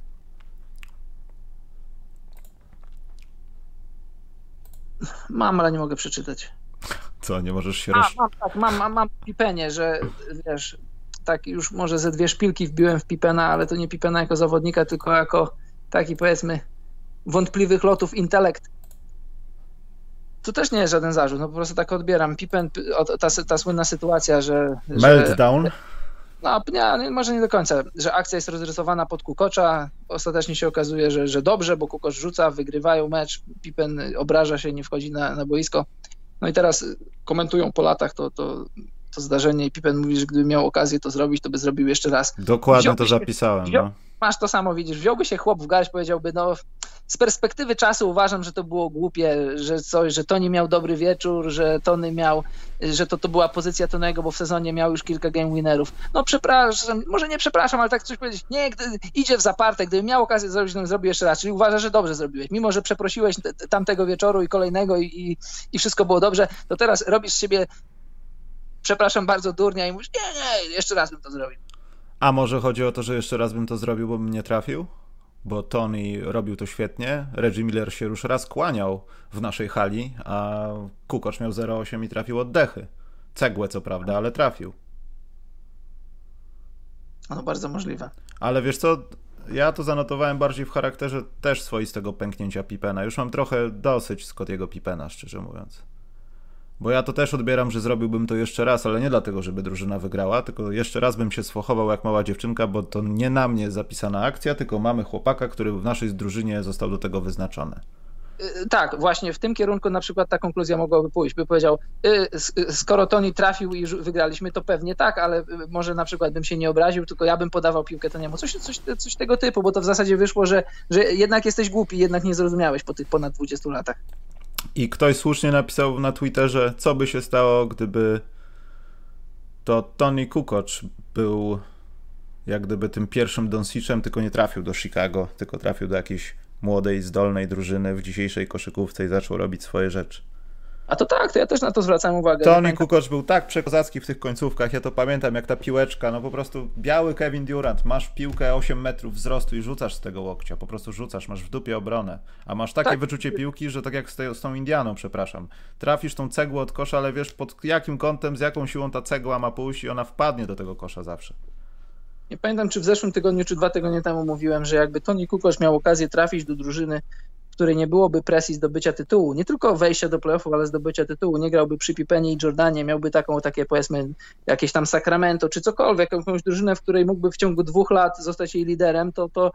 Mam, ale nie mogę przeczytać. Co, nie możesz się Mam Pipenie, że wiesz, tak już może ze 2 szpilki wbiłem w Pipena, ale to nie Pipena jako zawodnika, tylko jako taki, powiedzmy, wątpliwych lotów intelekt. To też nie jest żaden zarzut, no po prostu tak odbieram. Pippen, ta słynna sytuacja, że meltdown? No, może nie do końca, że akcja jest rozrysowana pod Kukocza, ostatecznie się okazuje, że dobrze, bo Kukoc rzuca, wygrywają mecz, Pippen obraża się, nie wchodzi na boisko. No i teraz komentują po latach to to zdarzenie i Pippen mówi, że gdyby miał okazję to zrobić, to by zrobił jeszcze raz. Dokładnie to zapisałem. No. Masz to samo, widzisz, wziąłby się chłop w garść, powiedziałby, no z perspektywy czasu uważam, że to było głupie, że Tony miał dobry wieczór, że Tony miał, że to była pozycja Tonego, bo w sezonie miał już kilka game winnerów. No przepraszam, może nie przepraszam, ale tak coś powiedzieć, nie, idzie w zaparte, gdyby miał okazję zrobić, to zrobił jeszcze raz, czyli uważa, że dobrze zrobiłeś, mimo że przeprosiłeś tamtego wieczoru i kolejnego i wszystko było dobrze, to teraz robisz z siebie, przepraszam bardzo, durnia i mówisz, nie, jeszcze raz bym to zrobił. A może chodzi o to, że jeszcze raz bym to zrobił, bo bym nie trafił? Bo Tony robił to świetnie, Reggie Miller się już raz kłaniał w naszej hali, a Kukoc miał 0,8 i trafił oddechy. Cegłę co prawda, ale trafił. No bardzo możliwe. Ale wiesz co, ja to zanotowałem bardziej w charakterze też swoistego pęknięcia Pippena. Już mam trochę dosyć Scottiego Pippena, szczerze mówiąc. Bo ja to też odbieram, że zrobiłbym to jeszcze raz, ale nie dlatego, żeby drużyna wygrała, tylko jeszcze raz bym się sfochował jak mała dziewczynka, bo to nie na mnie jest zapisana akcja, tylko mamy chłopaka, który w naszej drużynie został do tego wyznaczony. Tak, właśnie w tym kierunku na przykład ta konkluzja mogłaby pójść. By powiedział, skoro Tony trafił i wygraliśmy, to pewnie tak, ale może na przykład bym się nie obraził, tylko ja bym podawał piłkę Toniemu. Coś tego typu, bo to w zasadzie wyszło, że jednak jesteś głupi, jednak nie zrozumiałeś po tych ponad 20 latach. I ktoś słusznie napisał na Twitterze, co by się stało, gdyby to Tony Kukoc był jak gdyby tym pierwszym Doncicem, tylko nie trafił do Chicago, tylko trafił do jakiejś młodej, zdolnej drużyny w dzisiejszej koszykówce i zaczął robić swoje rzeczy. A to tak, to ja też na to zwracam uwagę. Tony Kukoc był tak przekozacki w tych końcówkach, ja to pamiętam, jak ta piłeczka, no po prostu biały Kevin Durant, masz piłkę 8 metrów wzrostu i rzucasz z tego łokcia, po prostu rzucasz, masz w dupie obronę, a masz takie wyczucie piłki, że tak jak z tą Indianą, przepraszam, trafisz tą cegłę od kosza, ale wiesz pod jakim kątem, z jaką siłą ta cegła ma pójść i ona wpadnie do tego kosza zawsze. Nie pamiętam, czy w zeszłym tygodniu, czy 2 tygodnie temu mówiłem, że jakby Tony Kukoc miał okazję trafić do drużyny, w której nie byłoby presji zdobycia tytułu, nie tylko wejścia do playoffów, ale zdobycia tytułu, nie grałby przy Pippenie i Jordanie, miałby takie powiedzmy jakieś tam Sacramento, czy cokolwiek, jakąś drużynę, w której mógłby w ciągu 2 lat zostać jej liderem,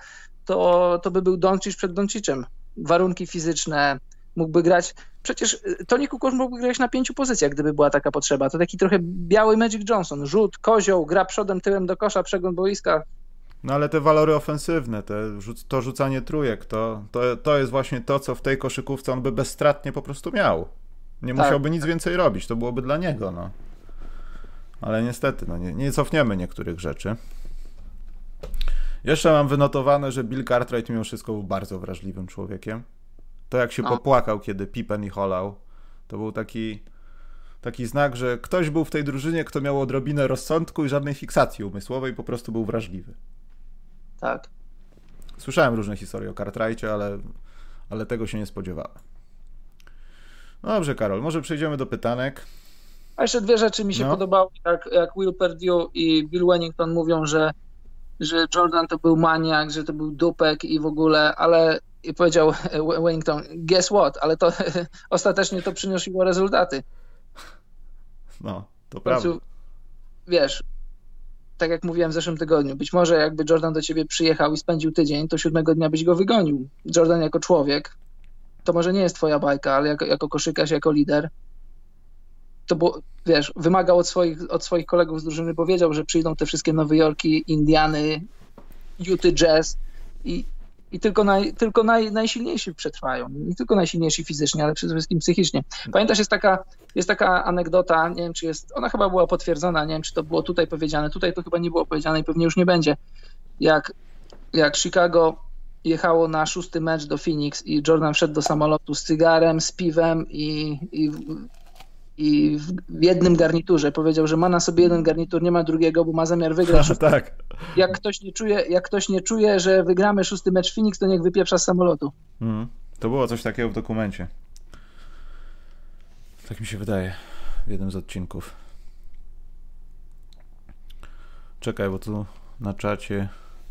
to by był Doncic przed Doncicem. Warunki fizyczne, mógłby grać, przecież Tony Kukoc mógłby grać na 5 pozycjach, gdyby była taka potrzeba. To taki trochę biały Magic Johnson, rzut, kozioł, gra przodem, tyłem do kosza, przegląd boiska. No ale te walory ofensywne, to rzucanie trójek, to jest właśnie to, co w tej koszykówce on by bezstratnie po prostu miał. Nie musiałby nic więcej robić, to byłoby dla niego, no. Ale niestety, no nie cofniemy niektórych rzeczy. Jeszcze mam wynotowane, że Bill Cartwright mimo wszystko był bardzo wrażliwym człowiekiem. To jak się popłakał, kiedy Pippen ich olał, to był taki znak, że ktoś był w tej drużynie, kto miał odrobinę rozsądku i żadnej fiksacji umysłowej, po prostu był wrażliwy. Tak. Słyszałem różne historie o Cartwrightie, ale tego się nie spodziewałem. No dobrze, Karol, może przejdziemy do pytanek. A jeszcze 2 rzeczy mi się podobały, jak Will Perdue i Bill Wennington mówią, że Jordan to był maniak, że to był dupek i w ogóle, ale i powiedział Wennington, guess what, ale to ostatecznie to przynosiło rezultaty. No, to prawda. Wiesz, tak jak mówiłem w zeszłym tygodniu, być może jakby Jordan do ciebie przyjechał i spędził tydzień, to 7 dnia byś go wygonił. Jordan jako człowiek, to może nie jest twoja bajka, ale jako koszykarz, jako lider, to było, wiesz, wymagał od swoich kolegów z drużyny, bo wiedział, że przyjdą te wszystkie Nowe Jorki, Indiany, Utah Jazz i tylko najsilniejsi przetrwają. Nie tylko najsilniejsi fizycznie, ale przede wszystkim psychicznie. Pamiętasz, jest taka anegdota, nie wiem, czy jest, ona chyba była potwierdzona, nie wiem, czy to było tutaj powiedziane, tutaj to chyba nie było powiedziane i pewnie już nie będzie. Jak Chicago jechało na 6. mecz do Phoenix i Jordan wszedł do samolotu z cygarem, z piwem i w jednym garniturze. Powiedział, że ma na sobie jeden garnitur, nie ma drugiego, bo ma zamiar wygrać. Tak. Jak ktoś nie czuje, że wygramy 6. mecz Phoenix, to niech wypieprza z samolotu. To było coś takiego w dokumencie. Tak mi się wydaje. W jednym z odcinków. Czekaj, bo tu na czacie...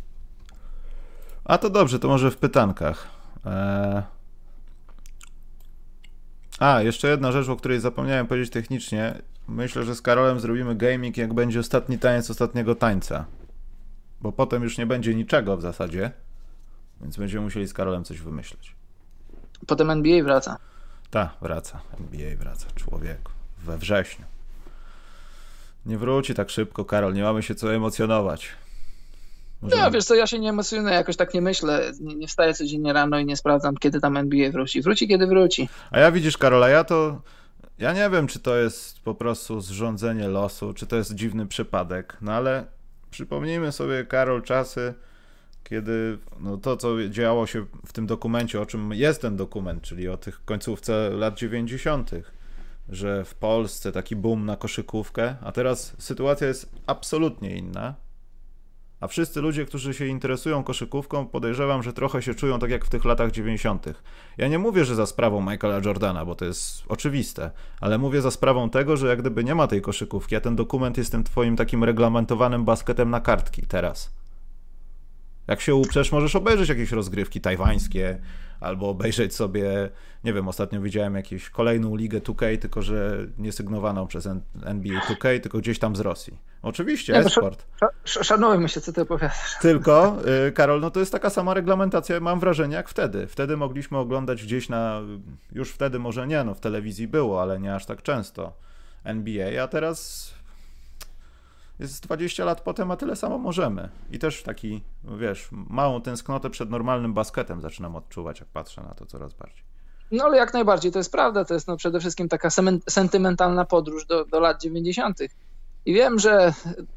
A to dobrze, to może w pytankach. Jeszcze jedna rzecz, o której zapomniałem powiedzieć technicznie. Myślę, że z Karolem zrobimy gaming, jak będzie ostatni taniec ostatniego tańca. Bo potem już nie będzie niczego w zasadzie. Więc będziemy musieli z Karolem coś wymyśleć. Potem NBA wraca. Tak, wraca. NBA wraca. Człowieku. We wrześniu. Nie wróci tak szybko, Karol, nie mamy się co emocjonować. No wiesz co, ja się nie emocjonuję, jakoś tak nie myślę, nie wstaję codziennie rano i nie sprawdzam, kiedy tam NBA wróci. Wróci, kiedy wróci. A ja widzisz, Karola, ja nie wiem, czy to jest po prostu zrządzenie losu, czy to jest dziwny przypadek, no ale przypomnijmy sobie, Karol, czasy, kiedy no to, co działo się w tym dokumencie, o czym jest ten dokument, czyli o tych końcówce lat 90., że w Polsce taki boom na koszykówkę, a teraz sytuacja jest absolutnie inna. A wszyscy ludzie, którzy się interesują koszykówką, podejrzewam, że trochę się czują tak jak w tych latach 90. Ja nie mówię, że za sprawą Michaela Jordana, bo to jest oczywiste, ale mówię za sprawą tego, że jak gdyby nie ma tej koszykówki, a ten dokument jest tym twoim takim reglamentowanym basketem na kartki teraz. Jak się uprzesz, możesz obejrzeć jakieś rozgrywki tajwańskie, albo obejrzeć sobie, nie wiem, ostatnio widziałem jakąś kolejną ligę 2K, tylko że nie sygnowaną przez NBA 2K, tylko gdzieś tam z Rosji. Oczywiście, e-sport. Szanujmy się, co ty opowiadasz. Tylko, Karol, no to jest taka sama reglamentacja, mam wrażenie, jak wtedy. Wtedy mogliśmy oglądać gdzieś już wtedy może nie, no w telewizji było, ale nie aż tak często NBA, a teraz jest 20 lat potem, a tyle samo możemy. I też taki, wiesz, małą tęsknotę przed normalnym basketem zaczynam odczuwać, jak patrzę na to coraz bardziej. No ale jak najbardziej, to jest prawda, to jest no przede wszystkim taka sentymentalna podróż do lat 90. I wiem, że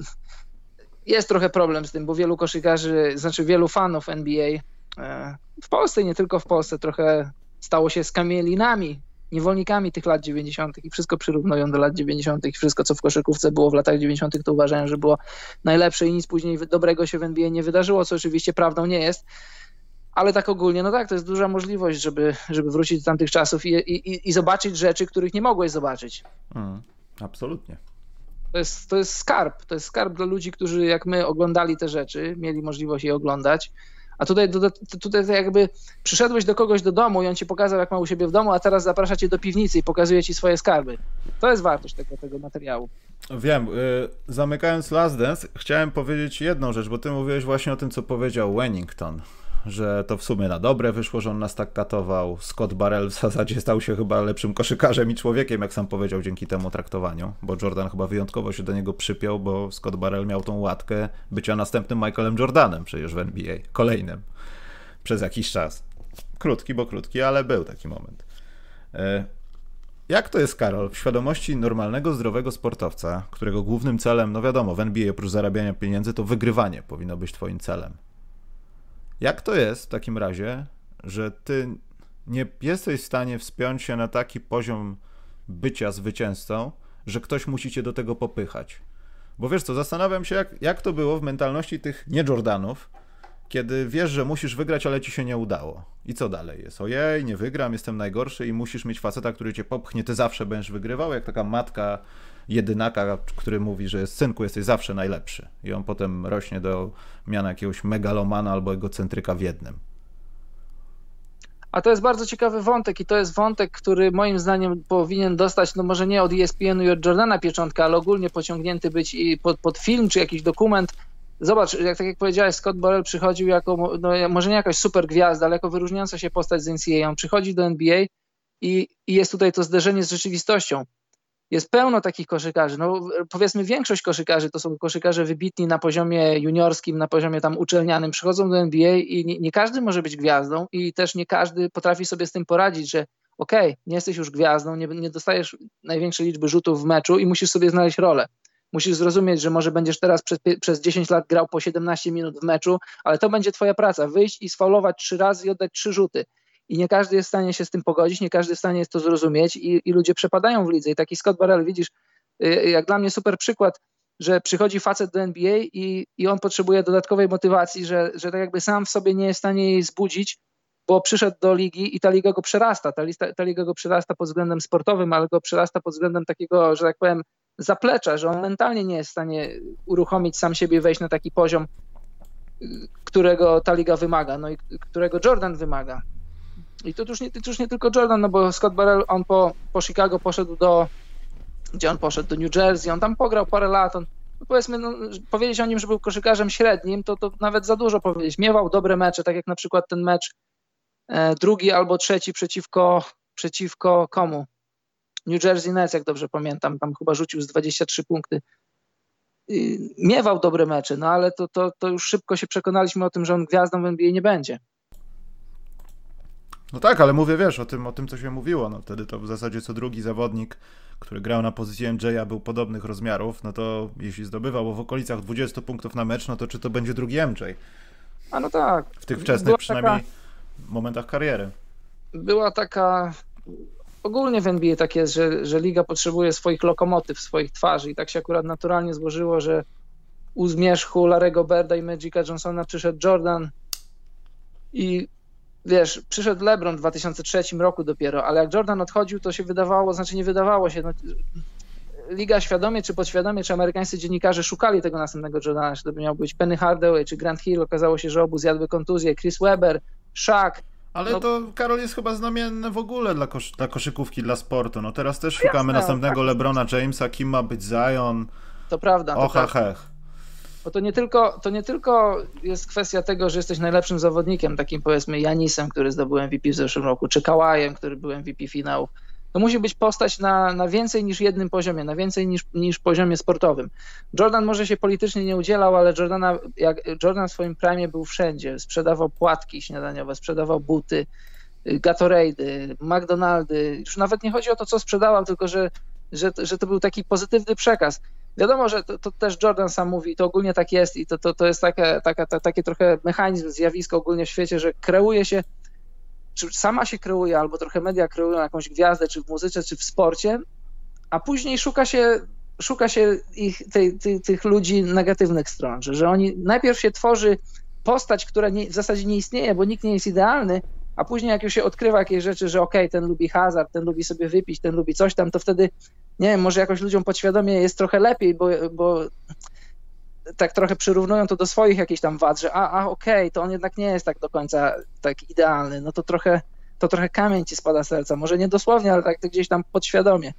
jest trochę problem z tym, bo wielu koszykarzy, znaczy wielu fanów NBA w Polsce i nie tylko w Polsce trochę stało się skamielinami, niewolnikami tych lat 90. i wszystko przyrównują do lat 90. i wszystko, co w koszykówce było w latach 90., to uważają, że było najlepsze i nic później dobrego się w NBA nie wydarzyło, co oczywiście prawdą nie jest. Ale tak ogólnie, no tak, to jest duża możliwość, żeby wrócić do tamtych czasów i zobaczyć rzeczy, których nie mogłeś zobaczyć. Absolutnie. To jest skarb dla ludzi, którzy jak my oglądali te rzeczy, mieli możliwość je oglądać, a tutaj jakby przyszedłeś do kogoś do domu i on ci pokazał, jak ma u siebie w domu, a teraz zaprasza cię do piwnicy i pokazuje ci swoje skarby. To jest wartość tego materiału. Wiem, zamykając Last Dance, chciałem powiedzieć jedną rzecz, bo ty mówiłeś właśnie o tym, co powiedział Wennington, że to w sumie na dobre wyszło, że on nas tak katował. Scott Barrell w zasadzie stał się chyba lepszym koszykarzem i człowiekiem, jak sam powiedział, dzięki temu traktowaniu, bo Jordan chyba wyjątkowo się do niego przypiął, bo Scott Barrell miał tą łatkę bycia następnym Michaelem Jordanem przecież w NBA, kolejnym, przez jakiś czas. Krótki, ale był taki moment. Jak to jest, Karol, w świadomości normalnego, zdrowego sportowca, którego głównym celem, no wiadomo, w NBA oprócz zarabiania pieniędzy, to wygrywanie powinno być twoim celem. Jak to jest w takim razie, że ty nie jesteś w stanie wspiąć się na taki poziom bycia zwycięzcą, że ktoś musi cię do tego popychać? Bo wiesz co, zastanawiam się, jak to było w mentalności tych nie-Jordanów, kiedy wiesz, że musisz wygrać, ale ci się nie udało. I co dalej jest? Ojej, nie wygram, jestem najgorszy i musisz mieć faceta, który cię popchnie, ty zawsze będziesz wygrywał, jak taka matka jedynaka, który mówi, że synku, jesteś zawsze najlepszy. I on potem rośnie do miana jakiegoś megalomana albo egocentryka w jednym. A to jest bardzo ciekawy wątek i to jest wątek, który moim zdaniem powinien dostać, no może nie od ESPN-u i od Jordana pieczątkę, ale ogólnie pociągnięty być i pod film czy jakiś dokument. Zobacz, tak jak powiedziałeś, Scott Barrell przychodził jako, no może nie jakaś super gwiazda, ale jako wyróżniająca się postać z NCAA. On przychodzi do NBA i jest tutaj to zderzenie z rzeczywistością. Jest pełno takich koszykarzy. No, powiedzmy, większość koszykarzy to są koszykarze wybitni na poziomie juniorskim, na poziomie tam uczelnianym. Przychodzą do NBA i nie każdy może być gwiazdą i też nie każdy potrafi sobie z tym poradzić, że okej, nie jesteś już gwiazdą, nie dostajesz największej liczby rzutów w meczu i musisz sobie znaleźć rolę. Musisz zrozumieć, że może będziesz teraz przez 10 lat grał po 17 minut w meczu, ale to będzie twoja praca. Wyjść i sfaulować 3 razy i oddać 3 rzuty. I nie każdy jest w stanie się z tym pogodzić, nie każdy jest w stanie jest to zrozumieć i ludzie przepadają w lidze. I taki Scott Barrell, widzisz, jak dla mnie super przykład, że przychodzi facet do NBA i on potrzebuje dodatkowej motywacji, że tak jakby sam w sobie nie jest w stanie jej zbudzić, bo przyszedł do ligi i ta liga go przerasta. Ta liga go przerasta pod względem sportowym, ale go przerasta pod względem takiego, że tak powiem, zaplecza, że on mentalnie nie jest w stanie uruchomić sam siebie, wejść na taki poziom, którego ta liga wymaga, no i którego Jordan wymaga. I to już nie tylko Jordan, no bo Scott Barrell, on po Chicago poszedł gdzie on poszedł? Do New Jersey, on tam pograł parę lat, powiedzmy, powiedzieć o nim, że był koszykarzem średnim, to nawet za dużo powiedzieć. Miewał dobre mecze, tak jak na przykład ten mecz drugi albo trzeci przeciwko komu? New Jersey Nets, jak dobrze pamiętam, tam chyba rzucił z 23 punkty. miewał dobre mecze, no ale to już szybko się przekonaliśmy o tym, że on gwiazdą w NBA nie będzie. No tak, ale mówię, wiesz, o tym co się mówiło, no wtedy to w zasadzie co drugi zawodnik, który grał na pozycji MJ-a, był podobnych rozmiarów, no to jeśli zdobywał w okolicach 20 punktów na mecz, no to czy to będzie drugi MJ? A no tak. W tych wczesnych przynajmniej momentach kariery. Była taka... Ogólnie w NBA tak jest, że liga potrzebuje swoich lokomotyw, swoich twarzy i tak się akurat naturalnie złożyło, że u zmierzchu Larry'ego Birda i Magica Johnsona przyszedł Jordan i wiesz, przyszedł LeBron w 2003 roku dopiero, ale jak Jordan odchodził, to się wydawało, znaczy nie wydawało się, no, liga świadomie czy podświadomie, czy amerykańscy dziennikarze szukali tego następnego Jordana, czy to by miał być Penny Hardaway, czy Grant Hill, okazało się, że obu zjadły kontuzję, Chris Webber, Shaq. Ale no, to, Karol, jest chyba znamienne w ogóle dla koszykówki, dla sportu. No teraz też szukamy następnego tak. LeBrona Jamesa, kim ma być Zion. To prawda. Hech. Bo to nie tylko jest kwestia tego, że jesteś najlepszym zawodnikiem, takim powiedzmy Janisem, który zdobył MVP w zeszłym roku, czy Kałajem, który był MVP finałów. To musi być postać na więcej niż jednym poziomie, na więcej niż poziomie sportowym. Jordan może się politycznie nie udzielał, ale Jordan w swoim prime był wszędzie. Sprzedawał płatki śniadaniowe, sprzedawał buty, Gatorade'y, McDonaldy. Już nawet nie chodzi o to, co sprzedawał, tylko że to był taki pozytywny przekaz. Wiadomo, że to też Jordan sam mówi, to ogólnie tak jest i to jest takie trochę mechanizm, zjawisko ogólnie w świecie, że kreuje się, czy sama się kreuje, albo trochę media kreują jakąś gwiazdę, czy w muzyce, czy w sporcie, a później szuka się tych ludzi negatywnych stron, że oni najpierw się tworzy postać, która w zasadzie nie istnieje, bo nikt nie jest idealny, a później jak już się odkrywa jakieś rzeczy, że okej, ten lubi hazard, ten lubi sobie wypić, ten lubi coś tam, to wtedy, nie wiem, może jakoś ludziom podświadomie jest trochę lepiej, bo tak trochę przyrównują to do swoich jakichś tam wad, że okej, to on jednak nie jest tak do końca tak idealny, no to trochę kamień ci spada z serca, może nie dosłownie, ale tak gdzieś tam podświadomie.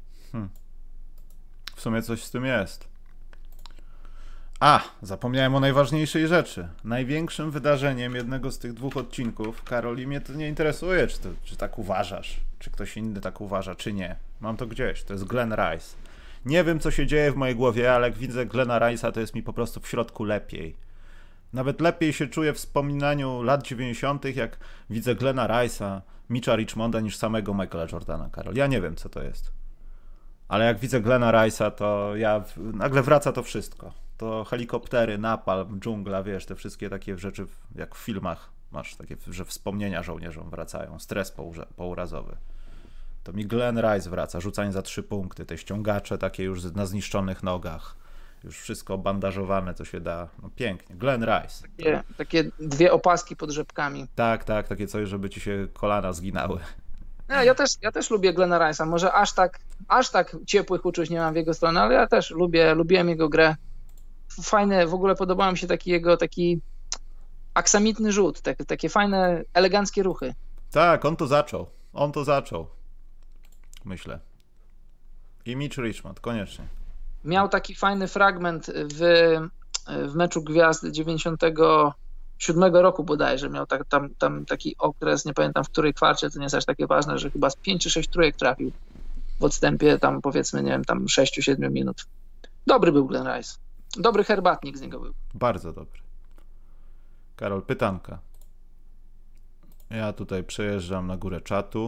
W sumie coś z tym jest. Zapomniałem o najważniejszej rzeczy. Największym wydarzeniem jednego z tych dwóch odcinków, Karol, i mnie to nie interesuje, czy tak uważasz, czy ktoś inny tak uważa, czy nie. Mam to gdzieś, to jest Glenn Rice. Nie wiem, co się dzieje w mojej głowie, ale jak widzę Glena Rice'a, to jest mi po prostu w środku lepiej. Nawet lepiej się czuję w wspominaniu lat 90., jak widzę Glena Rice'a, Mitcha Richmonda, niż samego Michaela Jordana, Karol. Ja nie wiem, co to jest. Ale jak widzę Glena Rice'a, to nagle wraca to wszystko. To helikoptery, napalm, dżungla, wiesz, te wszystkie takie rzeczy, jak w filmach masz, takie, że wspomnienia żołnierzom wracają, stres pourazowy. To mi Glenn Rice wraca, rzucanie za 3 punkty, te ściągacze takie już na zniszczonych nogach, już wszystko bandażowane, co się da, no pięknie. Glenn Rice. Takie 2 opaski pod rzepkami. Tak, takie coś, żeby ci się kolana zginały. Ja też lubię Glena Rice'a, może aż tak ciepłych uczuć nie mam w jego stronę, ale ja też lubiłem jego grę. Fajne, w ogóle podobał mi się taki aksamitny rzut, takie fajne, eleganckie ruchy. Tak, on to zaczął. Myślę. I Mitch Richmond, koniecznie. Miał taki fajny fragment w meczu Gwiazd 97 roku bodajże. Miał tam taki okres, nie pamiętam w której kwarcie, to nie jest aż takie ważne, że chyba z 5 czy 6 trójek trafił w odstępie tam powiedzmy, nie wiem, tam 6-7 minut. Dobry był Glenn Rice. Dobry herbatnik z niego był. Bardzo dobry. Karol, pytanka. Ja tutaj przejeżdżam na górę czatu.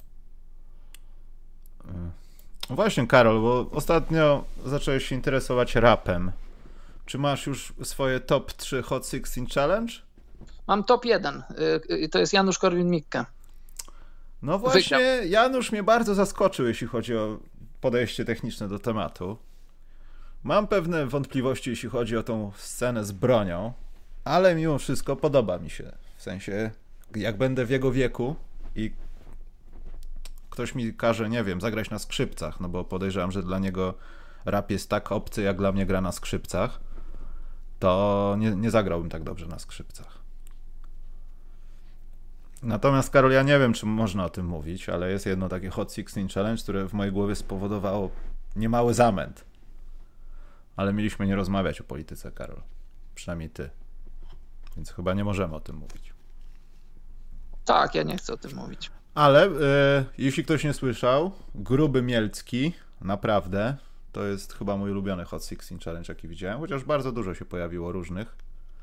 Właśnie, Karol, bo ostatnio zacząłeś się interesować rapem. Czy masz już swoje top 3 Hot 16 Challenge? Mam top 1. To jest Janusz Korwin-Mikke. No właśnie, Janusz mnie bardzo zaskoczył, jeśli chodzi o podejście techniczne do tematu. Mam pewne wątpliwości, jeśli chodzi o tą scenę z bronią, ale mimo wszystko podoba mi się. W sensie, jak będę w jego wieku i ktoś mi każe, nie wiem, zagrać na skrzypcach, no bo podejrzewam, że dla niego rap jest tak obcy, jak dla mnie gra na skrzypcach, to nie zagrałbym tak dobrze na skrzypcach. Natomiast, Karol, ja nie wiem, czy można o tym mówić, ale jest jedno takie Hot 16 Challenge, które w mojej głowie spowodowało niemały zamęt. Ale mieliśmy nie rozmawiać o polityce, Karol. Przynajmniej ty. Więc chyba nie możemy o tym mówić. Tak, ja nie chcę o tym mówić. Ale jeśli ktoś nie słyszał, Gruby Mielcki, naprawdę, To jest chyba mój ulubiony Hot 16 Challenge, jaki widziałem, chociaż bardzo dużo się pojawiło różnych.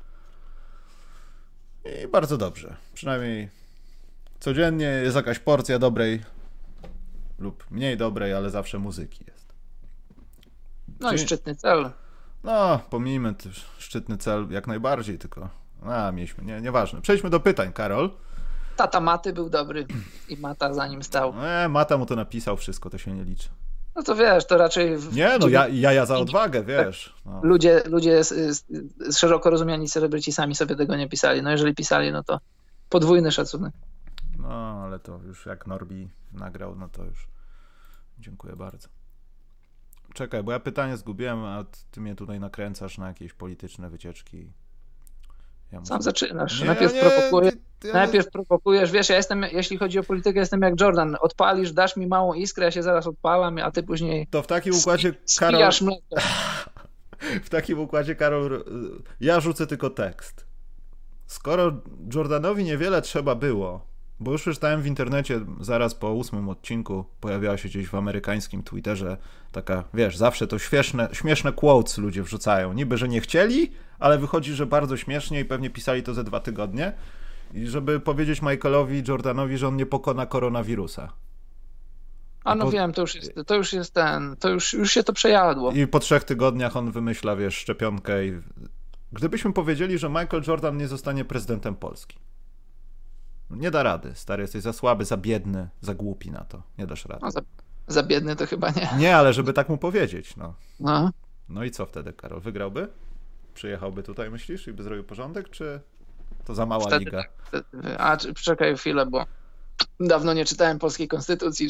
I bardzo dobrze. Przynajmniej codziennie jest jakaś porcja dobrej lub mniej dobrej, ale zawsze muzyki jest. No i szczytny cel. No, pomijmy też szczytny cel jak najbardziej, tylko mieliśmy, nieważne. Przejdźmy do pytań, Karol. Tata Maty był dobry i Mata za nim stał. Mata mu to napisał wszystko, to się nie liczy. No to wiesz, to raczej... Ja za odwagę, wiesz. No. Ludzie szeroko rozumiani celebryci sami sobie tego nie pisali. No jeżeli pisali, no to podwójny szacunek. No, ale to już jak Norbi nagrał, no to już dziękuję bardzo. Czekaj, bo ja pytanie zgubiłem, a ty mnie tutaj nakręcasz na jakieś polityczne wycieczki. Sam zaczynasz. Najpierw prowokujesz. Wiesz, ja jestem, jeśli chodzi o politykę, jestem jak Jordan. Odpalisz, dasz mi małą iskrę, ja się zaraz odpalam, a ty później to w takim układzie, Karol... mleko. W takim układzie, Karol, ja rzucę tylko tekst. Skoro Jordanowi niewiele trzeba było, bo już przeczytałem w internecie, zaraz po 8 odcinku pojawiała się gdzieś w amerykańskim Twitterze taka, wiesz, zawsze to śmieszne quotes ludzie wrzucają. Niby, że nie chcieli, ale wychodzi, że bardzo śmiesznie i pewnie pisali to ze 2 tygodnie. I żeby powiedzieć Michaelowi Jordanowi, że on nie pokona koronawirusa. Wiem, już się to przejadło. I po 3 tygodniach on wymyśla, wiesz, szczepionkę i... Gdybyśmy powiedzieli, że Michael Jordan nie zostanie prezydentem Polski. Nie da rady, stary, jesteś za słaby, za biedny, za głupi na to. Nie dasz rady. No, za biedny to chyba nie. Nie, ale żeby tak mu powiedzieć, no. No. No i co wtedy, Karol? Wygrałby? Przyjechałby tutaj, myślisz, i by zrobił porządek, czy to za mała liga? Czekaj chwilę, bo dawno nie czytałem polskiej konstytucji,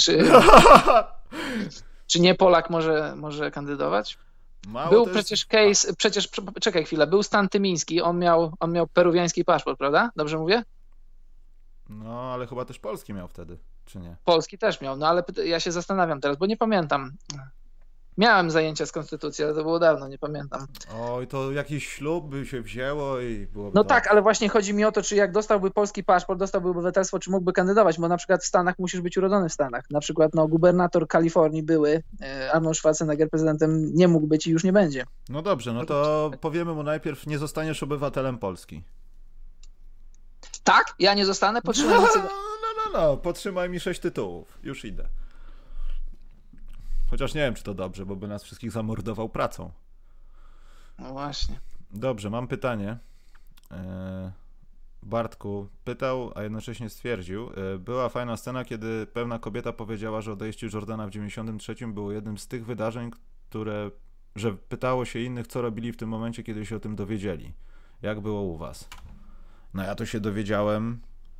czy nie Polak może kandydować? Był przecież case, czekaj chwilę, był Stan Tymiński, on miał peruwiański paszport, prawda? Dobrze mówię? No, ale chyba też polski miał wtedy, czy nie? Polski też miał, no ale ja się zastanawiam teraz, bo nie pamiętam. Miałem zajęcia z konstytucji, ale to było dawno, nie pamiętam. Oj, to jakiś ślub by się wzięło i byłoby... No tak, ale właśnie chodzi mi o to, czy jak dostałby polski paszport, dostałby obywatelstwo, czy mógłby kandydować, bo na przykład w Stanach musisz być urodzony w Stanach. Na przykład gubernator Kalifornii Arnold Schwarzenegger prezydentem nie mógł być i już nie będzie. No dobrze, no to powiemy mu najpierw, nie zostaniesz obywatelem Polski. Tak? Ja nie zostanę? Potrzymaj mi No, potrzymaj mi 6 tytułów. Już idę. Chociaż nie wiem, czy to dobrze, bo by nas wszystkich zamordował pracą. No właśnie. Dobrze, mam pytanie. Bartku pytał, a jednocześnie stwierdził. Była fajna scena, kiedy pewna kobieta powiedziała, że odejście Jordana w 93 było jednym z tych wydarzeń, że pytało się innych, co robili w tym momencie, kiedy się o tym dowiedzieli. Jak było u was? No ja to się dowiedziałem...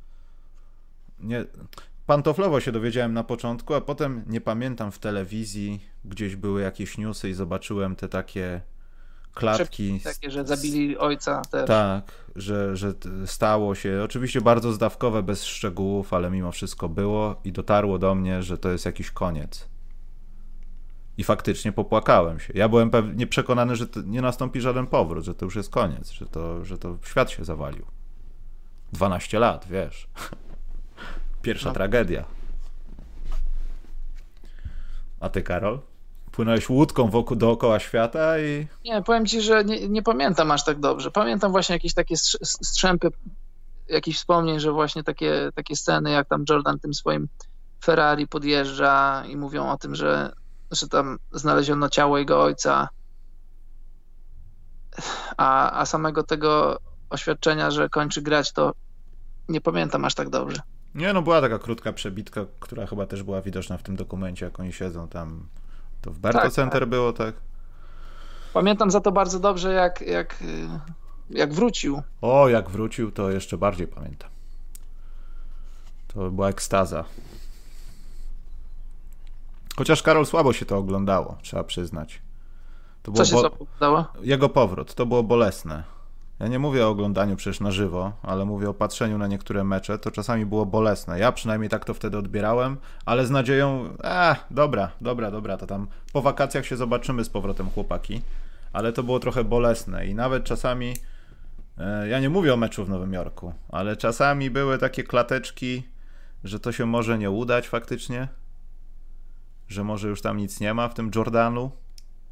Pantoflowo się dowiedziałem na początku, a potem nie pamiętam, w telewizji gdzieś były jakieś newsy i zobaczyłem te takie klatki. Takie, że zabili ojca też. Tak, że stało się. Oczywiście bardzo zdawkowe, bez szczegółów, ale mimo wszystko było i dotarło do mnie, że to jest jakiś koniec. I faktycznie popłakałem się. Ja byłem pewnie przekonany, że nie nastąpi żaden powrót, że to już jest koniec, że to świat się zawalił. 12 lat, wiesz. Pierwsza tragedia. A ty, Karol? Płynąłeś łódką dookoła świata i... Nie, powiem ci, że nie pamiętam aż tak dobrze. Pamiętam właśnie jakieś takie strzępy, jakichś wspomnień, że właśnie takie sceny, jak tam Jordan tym swoim Ferrari podjeżdża i mówią o tym, że tam znaleziono ciało jego ojca, a samego tego oświadczenia, że kończy grać, to nie pamiętam aż tak dobrze. Nie, no była taka krótka przebitka, która chyba też była widoczna w tym dokumencie, jak oni siedzą tam. To w Berto Center było, tak? Pamiętam za to bardzo dobrze, jak wrócił. O, jak wrócił, to jeszcze bardziej pamiętam. To była ekstaza. Chociaż, Karol, słabo się to oglądało, trzeba przyznać. To było Co się oglądało? Jego powrót, to było bolesne. Ja nie mówię o oglądaniu przecież na żywo, ale mówię o patrzeniu na niektóre mecze, to czasami było bolesne. Ja przynajmniej tak to wtedy odbierałem, ale z nadzieją, dobra, to tam po wakacjach się zobaczymy z powrotem, chłopaki. Ale to było trochę bolesne i nawet czasami, ja nie mówię o meczu w Nowym Jorku, ale czasami były takie klateczki, że to się może nie udać faktycznie, że może już tam nic nie ma w tym Jordanu.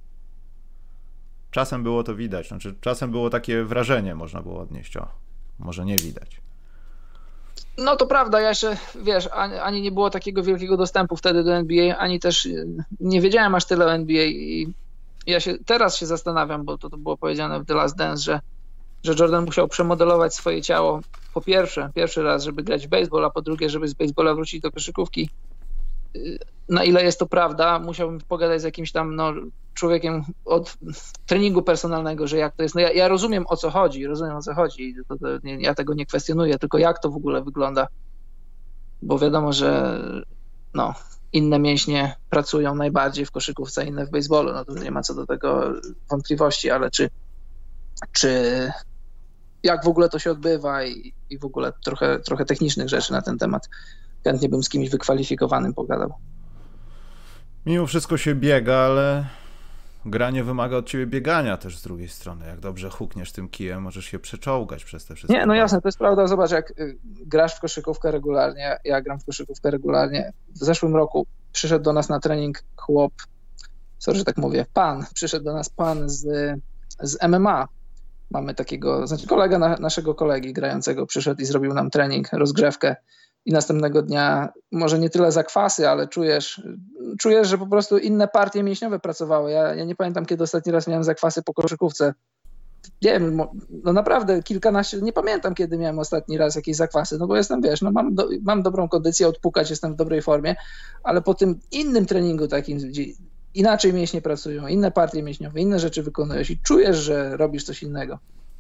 Czasem było to widać, znaczy czasem było takie wrażenie, można było odnieść, może nie widać. No to prawda, ja jeszcze, wiesz, ani nie było takiego wielkiego dostępu wtedy do NBA, ani też nie wiedziałem aż tyle o NBA i ja teraz się zastanawiam, bo to było powiedziane w The Last Dance, że Jordan musiał przemodelować swoje ciało po pierwszy raz, żeby grać w baseball, a po drugie, żeby z baseballa wrócić do koszykówki. Na ile jest to prawda, musiałbym pogadać z jakimś tam człowiekiem od treningu personalnego, że jak to jest. No ja rozumiem o co chodzi, ja tego nie kwestionuję, tylko jak to w ogóle wygląda, bo wiadomo, że inne mięśnie pracują najbardziej w koszykówce, inne w baseballu, no to nie ma co do tego wątpliwości, ale czy jak w ogóle to się odbywa i w ogóle trochę technicznych rzeczy na ten temat. Chętnie bym z kimś wykwalifikowanym pogadał. Mimo wszystko się biega, ale granie wymaga od ciebie biegania też z drugiej strony. Jak dobrze hukniesz tym kijem, możesz się przeczołgać przez te wszystkie... Nie, no jasne, to jest prawda. Zobacz, jak grasz w koszykówkę regularnie, ja gram w koszykówkę regularnie. W zeszłym roku przyszedł do nas na trening chłop, sorry, że tak mówię, przyszedł do nas pan z MMA. Mamy takiego, kolega naszego kolegi grającego przyszedł i zrobił nam trening, rozgrzewkę. I następnego dnia, może nie tyle zakwasy, ale czujesz, że po prostu inne partie mięśniowe pracowały. Ja nie pamiętam, kiedy ostatni raz miałem zakwasy po koszykówce. Nie wiem, no naprawdę nie pamiętam, kiedy miałem ostatni raz jakieś zakwasy, no bo jestem, wiesz, mam dobrą kondycję, odpukać, jestem w dobrej formie, ale po tym innym treningu takim, gdzie inaczej mięśnie pracują, inne partie mięśniowe, inne rzeczy wykonujesz i czujesz, że robisz coś innego.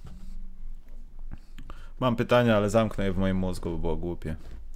Mam pytania, ale zamknę je w moim mózgu, bo było głupie.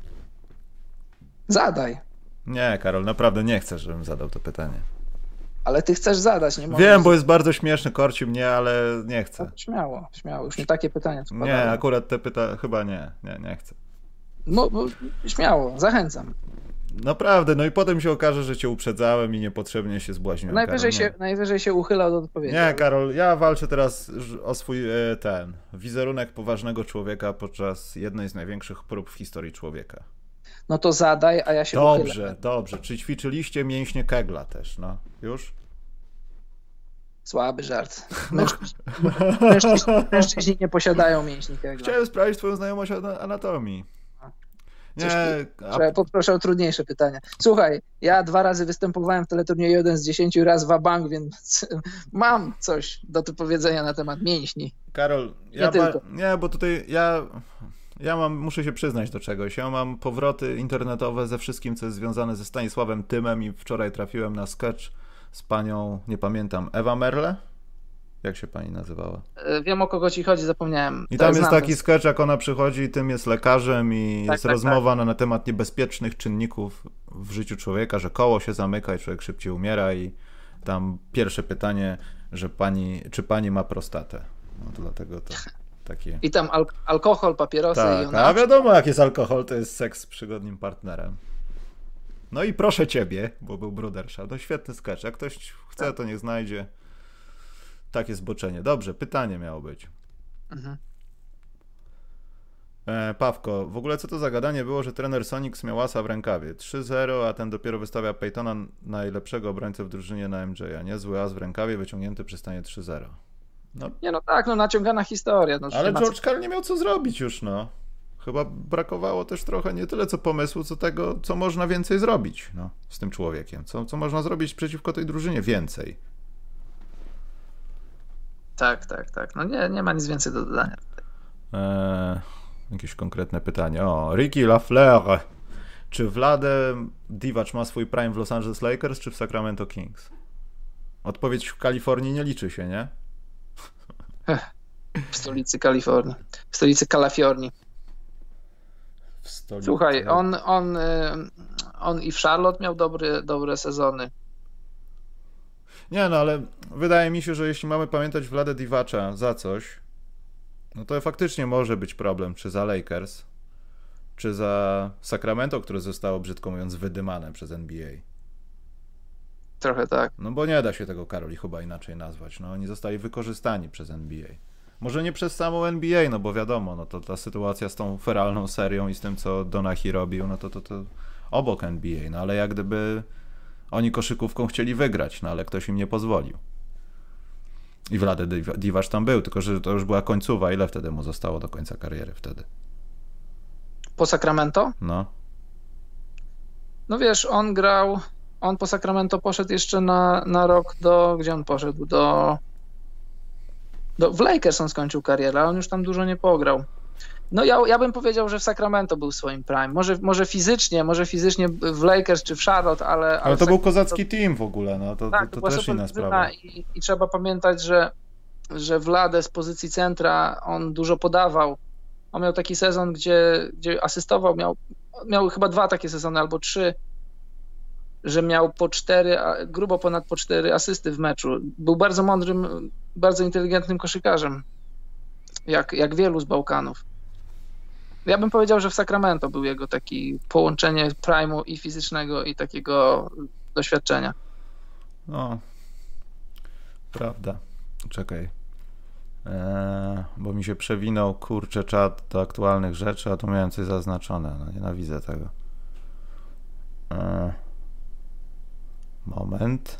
Zadaj. Nie, Karol, naprawdę nie chcę, żebym zadał to pytanie. Ale ty chcesz zadać, nie możesz. Wiem, bo jest bardzo śmieszny, korci mnie, ale nie chcę. No, śmiało, już nie takie pytania. Nie, akurat te pytania, chyba nie chcę. No, śmiało, zachęcam. Naprawdę, no i potem się okaże, że cię uprzedzałem i niepotrzebnie się zbłaźniłem. Najwyżej się uchyla od odpowiedzi. Nie, Karol, ja walczę teraz o swój wizerunek poważnego człowieka podczas jednej z największych prób w historii człowieka. No to zadaj, a ja się uchylę. Dobrze. Czy ćwiczyliście mięśnie Kegla też, no? Już? Słaby żart. Mężczyźni nie posiadają mięśni Kegla. Chciałem sprawdzić twoją znajomość anatomii. Poproszę o trudniejsze pytania. Słuchaj, ja 2 razy występowałem w teleturnieju 1 z 10 raz wa-bank, więc mam coś do powiedzenia na temat mięśni. Karol, bo tutaj muszę się przyznać do czegoś. Ja mam powroty internetowe ze wszystkim, co jest związane ze Stanisławem Tymem i wczoraj trafiłem na sketch z panią, nie pamiętam, Ewa Merle? Jak się pani nazywała? Wiem, o kogo ci chodzi, zapomniałem. I tam jest taki sketch, jak ona przychodzi, Tym jest lekarzem i jest rozmowa na temat niebezpiecznych czynników w życiu człowieka, że koło się zamyka i człowiek szybciej umiera i tam pierwsze pytanie, czy pani ma prostatę? No to dlatego to takie... I tam alkohol, papierosy i ona... A wiadomo, jak jest alkohol, to jest seks z przygodnim partnerem. No i proszę ciebie, bo był Brudersza. No świetny sketch. Jak ktoś chce, to niech znajdzie. Takie zboczenie. Dobrze, pytanie miało być. Mhm. Pawko, w ogóle co to za gadanie było, że trener Sonics miał asa w rękawie? 3-0, a ten dopiero wystawia Peytona, najlepszego obrońcę w drużynie na MJ-a. Niezły as w rękawie, wyciągnięty przy stanie 3-0. No. Nie, no tak, naciągana historia. No, ale George Karl nie miał co zrobić już, no. Chyba brakowało też trochę nie tyle co pomysłu, co tego, co można więcej zrobić z tym człowiekiem. Co można zrobić przeciwko tej drużynie więcej. Tak. No nie ma nic więcej do dodania. Jakieś konkretne pytanie. Ricky Lafleur. Czy Vlade Divac ma swój prime w Los Angeles Lakers, czy w Sacramento Kings? Odpowiedź w Kalifornii nie liczy się, nie? W stolicy Kalifornii. W stolicy Kalafiornii. Słuchaj, on i w Charlotte miał dobre sezony. Nie, ale wydaje mi się, że jeśli mamy pamiętać Vlade Divaca za coś, no to faktycznie może być problem, czy za Lakers, czy za Sacramento, które zostało, brzydko mówiąc, wydymane przez NBA. Trochę tak. No bo nie da się tego, Karoli, chyba inaczej nazwać. No oni zostali wykorzystani przez NBA. Może nie przez samą NBA, no bo wiadomo, no to ta sytuacja z tą feralną serią i z tym, co Donaghy robił, no to obok NBA, no ale jak gdyby oni koszykówką chcieli wygrać, no ale ktoś im nie pozwolił. I Vlade Divac tam był, tylko że to już była końcówa. Ile wtedy mu zostało do końca kariery wtedy? Po Sacramento? No. No wiesz, on po Sacramento poszedł jeszcze na rok gdzie on poszedł? W Lakers on skończył karierę, ale on już tam dużo nie pograł. No ja bym powiedział, że w Sacramento był w swoim prime. Może fizycznie w Lakers czy w Charlotte, ale to był kozacki team w ogóle, no to też inna sprawa. I trzeba pamiętać, że Vlade z pozycji centra on dużo podawał. On miał taki sezon, gdzie asystował, miał chyba 2 takie sezony albo 3, że miał grubo ponad po 4 asysty w meczu. Był bardzo mądrym, bardzo inteligentnym koszykarzem, jak wielu z Bałkanów. Ja bym powiedział, że w Sacramento był jego taki połączenie prime'u i fizycznego i takiego doświadczenia. No, prawda. Czekaj. Bo mi się przewinął, kurczę, czat do aktualnych rzeczy, a tu miałem coś zaznaczone. No, nienawidzę tego. Moment.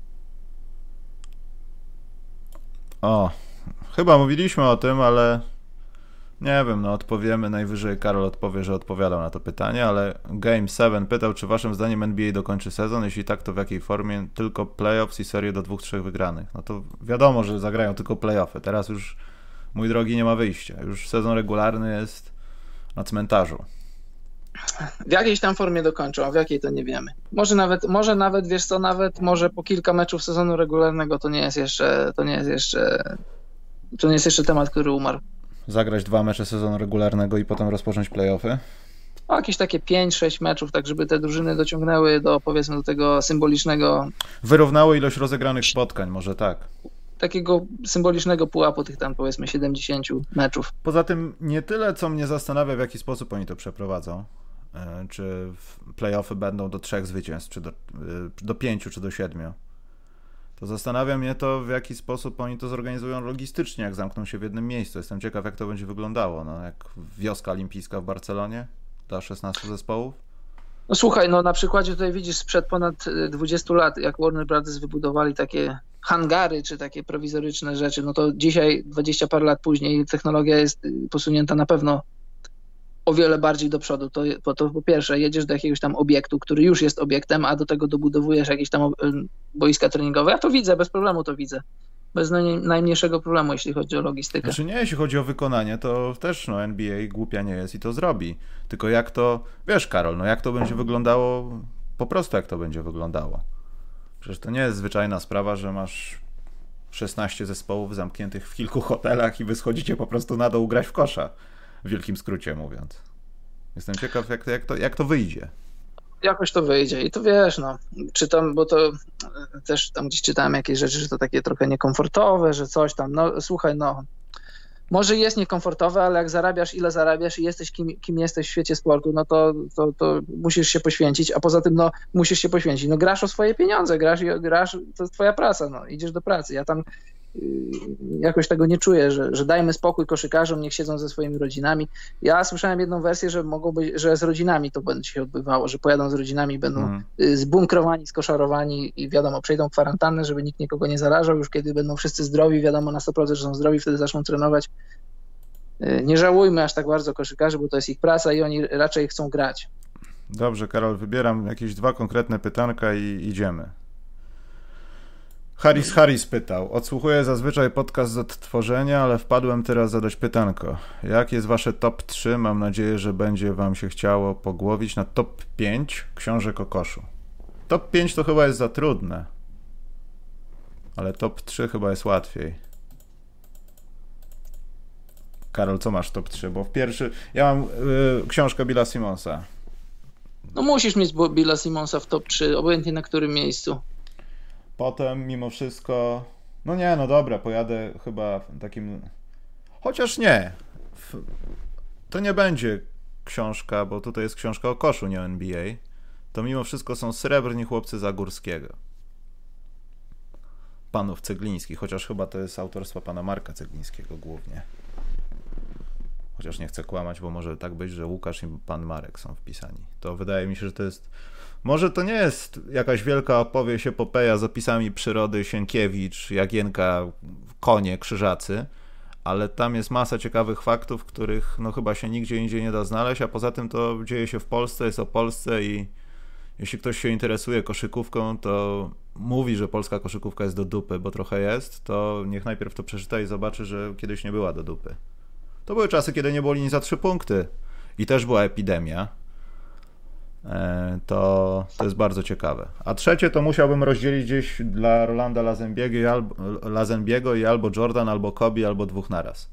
O, chyba mówiliśmy o tym, ale nie wiem, no odpowiemy, najwyżej Karol odpowie, że odpowiadał na to pytanie, ale Game 7 pytał, czy waszym zdaniem NBA dokończy sezon, jeśli tak, to w jakiej formie? Tylko playoffs i serię do 2-3 wygranych. No to wiadomo, że zagrają tylko playoffy. Teraz już, mój drogi, nie ma wyjścia. Już sezon regularny jest na cmentarzu. W jakiejś tam formie dokończą, a w jakiej to nie wiemy. Może nawet, wiesz co, może po kilka meczów sezonu regularnego to nie jest jeszcze temat, który umarł. Zagrać 2 mecze sezonu regularnego i potem rozpocząć playoffy? O, jakieś takie 5-6 meczów, tak żeby te drużyny dociągnęły do tego symbolicznego... Wyrównały ilość rozegranych spotkań, może tak. Takiego symbolicznego pułapu tych tam, powiedzmy, 70 meczów. Poza tym nie tyle, co mnie zastanawia, w jaki sposób oni to przeprowadzą. Czy playoffy będą do 3 zwycięstw, czy do 5, czy do 7. To zastanawia mnie to, w jaki sposób oni to zorganizują logistycznie, jak zamkną się w jednym miejscu. Jestem ciekaw, jak to będzie wyglądało. No, jak wioska olimpijska w Barcelonie dla 16 zespołów. No słuchaj, no na przykładzie tutaj widzisz sprzed ponad 20 lat, jak Warner Brothers wybudowali takie hangary, czy takie prowizoryczne rzeczy, no to dzisiaj, 20 parę lat później, technologia jest posunięta na pewno o wiele bardziej do przodu. To po pierwsze jedziesz do jakiegoś tam obiektu, który już jest obiektem, a do tego dobudowujesz jakieś tam boiska treningowe. Ja to widzę, bez problemu to widzę. Bez najmniejszego problemu, jeśli chodzi o logistykę. Znaczy nie, jeśli chodzi o wykonanie, to też NBA głupia nie jest i to zrobi. Tylko jak to, wiesz Karol, jak to będzie wyglądało, po prostu jak to będzie wyglądało. Przecież to nie jest zwyczajna sprawa, że masz 16 zespołów zamkniętych w kilku hotelach i wy schodzicie po prostu na dół grać w kosza. W wielkim skrócie mówiąc. Jestem ciekaw, jak to wyjdzie. Jakoś to wyjdzie i to wiesz, czytam, bo to też tam gdzieś czytałem jakieś rzeczy, że to takie trochę niekomfortowe, że coś tam, słuchaj, może jest niekomfortowe, ale jak zarabiasz, ile zarabiasz i jesteś kim jesteś w świecie sportu, to musisz się poświęcić, a poza tym, musisz się poświęcić. Grasz o swoje pieniądze, grasz, to jest twoja praca, idziesz do pracy. Ja tam jakoś tego nie czuję, że dajmy spokój koszykarzom, niech siedzą ze swoimi rodzinami. Ja słyszałem jedną wersję, że mogą być, że z rodzinami to będzie się odbywało, że pojadą z rodzinami, będą zbunkrowani, skoszarowani i wiadomo, przejdą kwarantannę, żeby nikt nikogo nie zarażał. Już kiedy będą wszyscy zdrowi, wiadomo na 100%, że są zdrowi, wtedy zaczną trenować. Nie żałujmy aż tak bardzo koszykarzy, bo to jest ich praca i oni raczej chcą grać. Dobrze, Karol, jakieś 2 konkretne pytanka i idziemy. Harris pytał, odsłuchuję zazwyczaj podcast z odtworzenia, ale wpadłem teraz zadać pytanko. Jakie jest wasze top 3? Mam nadzieję, że będzie wam się chciało pogłowić na top 5 książek o koszu. Top 5 to chyba jest za trudne, ale top 3 chyba jest łatwiej. Karol, co masz top 3? Bo w pierwszy... Ja mam książkę Billa Simmonsa. Musisz mieć Billa Simmonsa w top 3, obojętnie na którym miejscu. Potem mimo wszystko, dobra, pojadę chyba takim, chociaż nie, to nie będzie książka, bo tutaj jest książka o koszu, nie o NBA, to mimo wszystko są Srebrni chłopcy Zagórskiego. Panów Ceglińskich, chociaż chyba to jest autorstwa pana Marka Ceglińskiego głównie. Chociaż nie chcę kłamać, bo może tak być, że Łukasz i pan Marek są wpisani. To wydaje mi się, że to jest... Może to nie jest jakaś wielka opowieść, epopeja z opisami przyrody, Sienkiewicz, Jagienka, konie, krzyżacy, ale tam jest masa ciekawych faktów, których no chyba się nigdzie indziej nie da znaleźć, a poza tym to dzieje się w Polsce, jest o Polsce i jeśli ktoś się interesuje koszykówką, to mówi, że polska koszykówka jest do dupy, bo trochę jest, to niech najpierw to przeczyta i zobaczy, że kiedyś nie była do dupy. To były czasy, kiedy nie było linii za 3 punkty i też była epidemia. To jest bardzo ciekawe. A trzecie to musiałbym rozdzielić gdzieś dla Rolanda Lazenbiego i albo Jordan, albo Kobe, albo dwóch naraz.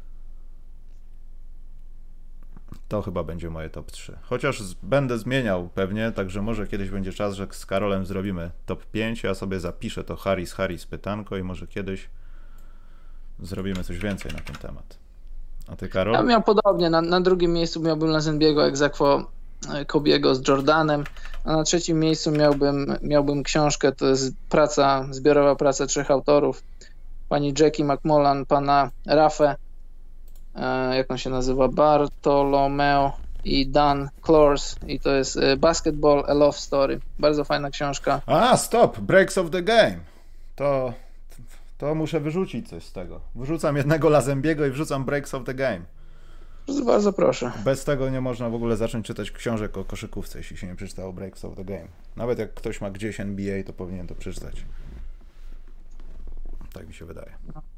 To chyba będzie moje top 3. Chociaż będę zmieniał pewnie, także może kiedyś będzie czas, że z Karolem zrobimy top 5. Ja sobie zapiszę to Harris pytanko i może kiedyś zrobimy coś więcej na ten temat. A ty, Karol? Ja miał podobnie. Na drugim miejscu miałbym Lazenbiego ex aequo Kobiego z Jordanem, a na trzecim miejscu miałbym książkę, to jest zbiorowa praca 3 autorów, pani Jackie McMullan, pana Rafę, jak on się nazywa, Bartolomeo i Dan Clores, i to jest Basketball, A Love Story. Bardzo fajna książka. Stop! Breaks of the Game. To muszę wyrzucić coś z tego. Wyrzucam jednego Lazenbiego i wrzucam Breaks of the Game. Bardzo proszę. Bez tego nie można w ogóle zacząć czytać książek o koszykówce, jeśli się nie przeczytało Breaks of the Game. Nawet jak ktoś ma gdzieś NBA, to powinien to przeczytać. Tak mi się wydaje.